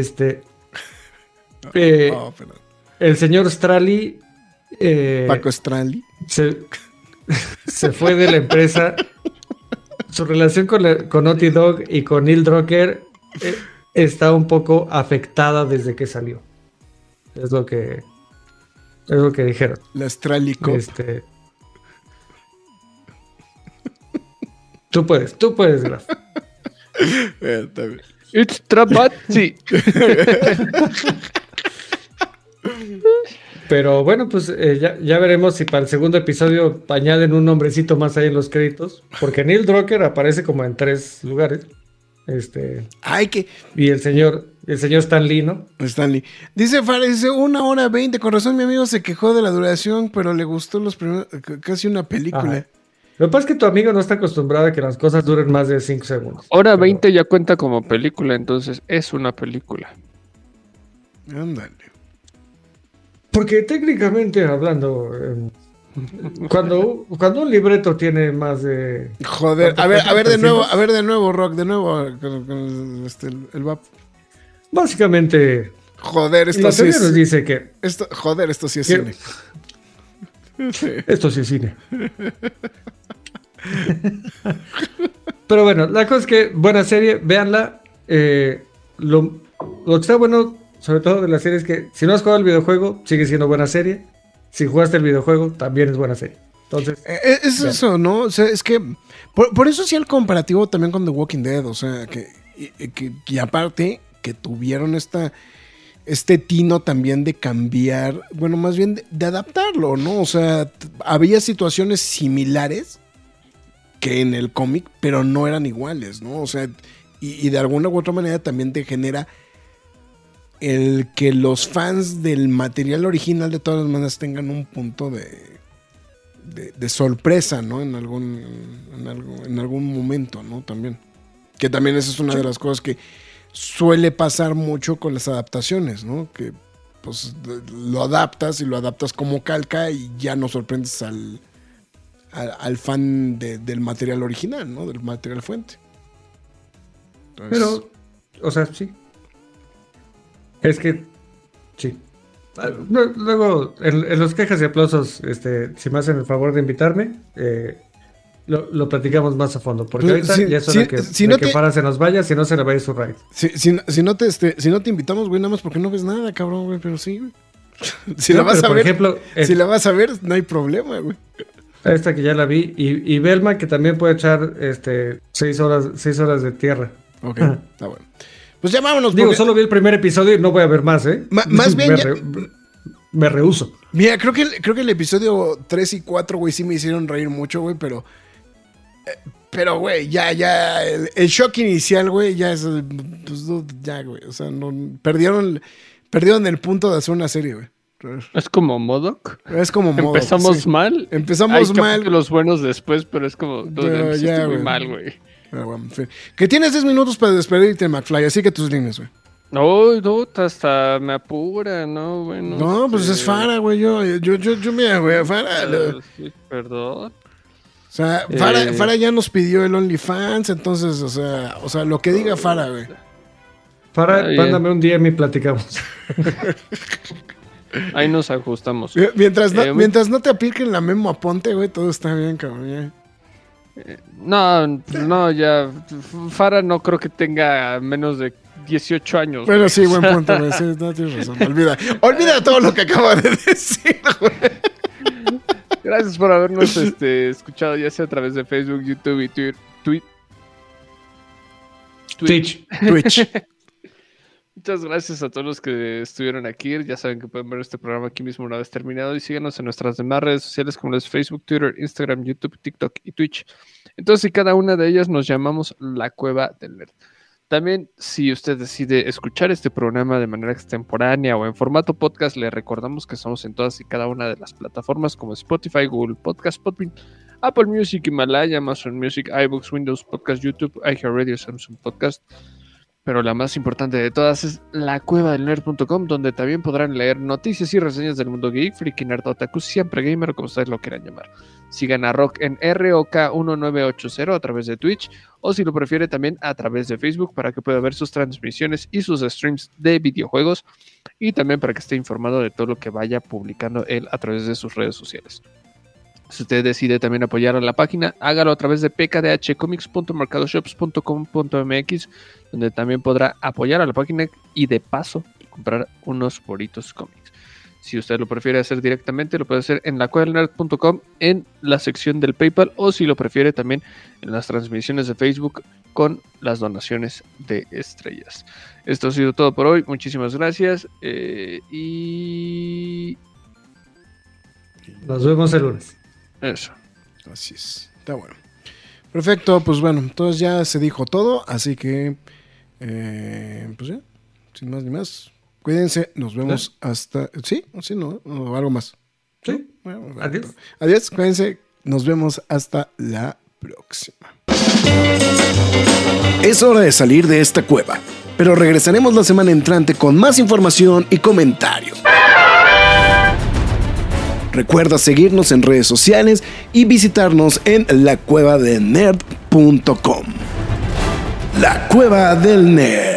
Perdón. El señor Straley, Paco Stanley. se fue de la empresa. Su relación con Naughty Dog y con Neil Druckmann está un poco afectada desde que salió. Es lo que dijeron. La Stralico. Tú puedes, Graf. Está bien. It's Trapazzi. Pero bueno, pues ya veremos si para el segundo episodio añaden un nombrecito más ahí en los créditos. Porque Neil Druckmann aparece como en 3 lugares. Y el señor Stan Lee, ¿no? Stanley. Dice Fares, dice 1:20. Con razón mi amigo se quejó de la duración, pero le gustó los primeros, casi una película. Ajá. Lo que pasa es que tu amigo no está acostumbrado a que las cosas duren más de 5 segundos. Hora 20 ya cuenta como película, entonces es una película. Ándale. Porque técnicamente hablando, cuando un libreto tiene más de... Joder, a ver de nuevo, Rock, de nuevo con el VAP. Básicamente, joder, esto la sí teoría es... nos dice que... esto sí es ¿Qué? cine. Esto sí es cine. Pero bueno, la cosa es que buena serie, véanla. Lo que está bueno, sobre todo de la serie, es que si no has jugado el videojuego, sigue siendo buena serie. Si jugaste el videojuego, también es buena serie. Entonces, es eso, ¿no? O sea, es que por eso sí el comparativo también con The Walking Dead, o sea, que aparte que tuvieron este tino también de cambiar, bueno, más bien de adaptarlo, ¿no? O sea, había situaciones similares que en el cómic, pero no eran iguales, ¿no? O sea, y de alguna u otra manera también te genera el que los fans del material original de todas las maneras tengan un punto de sorpresa, ¿no? En algún momento, ¿no? También. Que también esa es una de las cosas que suele pasar mucho con las adaptaciones, ¿no? Que pues lo adaptas y lo adaptas como calca y ya no sorprendes al fan del material original, ¿no? Del material fuente. Entonces... Pero, o sea, sí. Es que, sí. Luego, en los quejas y aplausos, si me hacen el favor de invitarme, lo platicamos más a fondo. Porque ahorita ya es hora que Farah se nos vaya, si no se le vaya su ride. Si no te invitamos, güey, nada más porque no ves nada, cabrón, güey, pero sí, güey. Si no, la vas a ver, ejemplo, si la vas a ver, no hay problema, güey. Esta que ya la vi, y Belma, que también puede echar 6 horas de tierra. Ok, está bueno. Pues ya vámonos. Digo, solo vi el primer episodio y no voy a ver más, ¿eh? Más bien me rehuso. Mira, creo que el episodio 3 y 4, güey, sí me hicieron reír mucho, güey, pero güey, ya, el shock inicial, güey, ya es, pues, ya, güey, o sea, no, perdieron el punto de hacer una serie, güey. Es como MODOK. Es como MODOK. Empezamos mal. Empezamos mal. Hay los buenos después, pero es como, ya, muy mal, güey. Pero bueno, en fin. Que tienes 10 minutos para despedirte, McFly, así que tus líneas, güey. No, hasta me apura, ¿no? Bueno. No, pues es Farah, güey, yo mira, güey, Farah. Sí, perdón. O sea, Farah ya nos pidió el OnlyFans, entonces, o sea, lo que diga Farah, güey. Farah, mándame un DM y platicamos. Ahí nos ajustamos. Mientras no te apliquen la Memo Aponte, güey, todo está bien, cabrón. No, ya. Farah no creo que tenga menos de 18 años. Bueno, sí, buen punto, güey. Sí, no tienes razón. Olvida todo lo que acabo de decir, güey. Gracias por habernos escuchado, ya sea a través de Facebook, YouTube y Twitch. Muchas gracias a todos los que estuvieron aquí. Ya saben que pueden ver este programa aquí mismo una vez terminado. Y síganos en nuestras demás redes sociales como las Facebook, Twitter, Instagram, YouTube, TikTok y Twitch. Entonces, y cada una de ellas nos llamamos La Cueva del Nerd. También, si usted decide escuchar este programa de manera extemporánea o en formato podcast, le recordamos que estamos en todas y cada una de las plataformas como Spotify, Google Podcast, Podbean, Apple Music, Himalaya, Amazon Music, iVoox, Windows Podcast, YouTube, iHeartRadio, Samsung Podcast. pero la más importante de todas es lacuevadelnerd.com, donde también podrán leer noticias y reseñas del mundo geek, freaky, nerd, otaku, siempre gamer, como ustedes lo quieran llamar. Sigan a Rock en ROK1980 a través de Twitch, o si lo prefiere también a través de Facebook, para que pueda ver sus transmisiones y sus streams de videojuegos, y también para que esté informado de todo lo que vaya publicando él a través de sus redes sociales. Si usted decide también apoyar a la página, hágalo a través de pkdhcomics.mercadoshops.com.mx, donde también podrá apoyar a la página y de paso comprar unos bonitos cómics. Si usted lo prefiere hacer directamente, lo puede hacer en lacuevadelnerd.com en la sección del PayPal, o si lo prefiere también en las transmisiones de Facebook con las donaciones de estrellas. Esto ha sido todo por hoy. Muchísimas gracias y nos vemos el lunes. Eso. Así es. Está bueno. Perfecto, pues bueno, entonces ya se dijo todo, así que pues ya, sin más ni más. Cuídense, nos vemos hasta... ¿Sí? ¿Sí? ¿No? ¿O algo más? Sí. Bueno, Adiós. Adiós, cuídense, nos vemos hasta la próxima. Es hora de salir de esta cueva, pero regresaremos la semana entrante con más información y comentarios. Recuerda seguirnos en redes sociales y visitarnos en lacuevadelnerd.com. La Cueva del Nerd.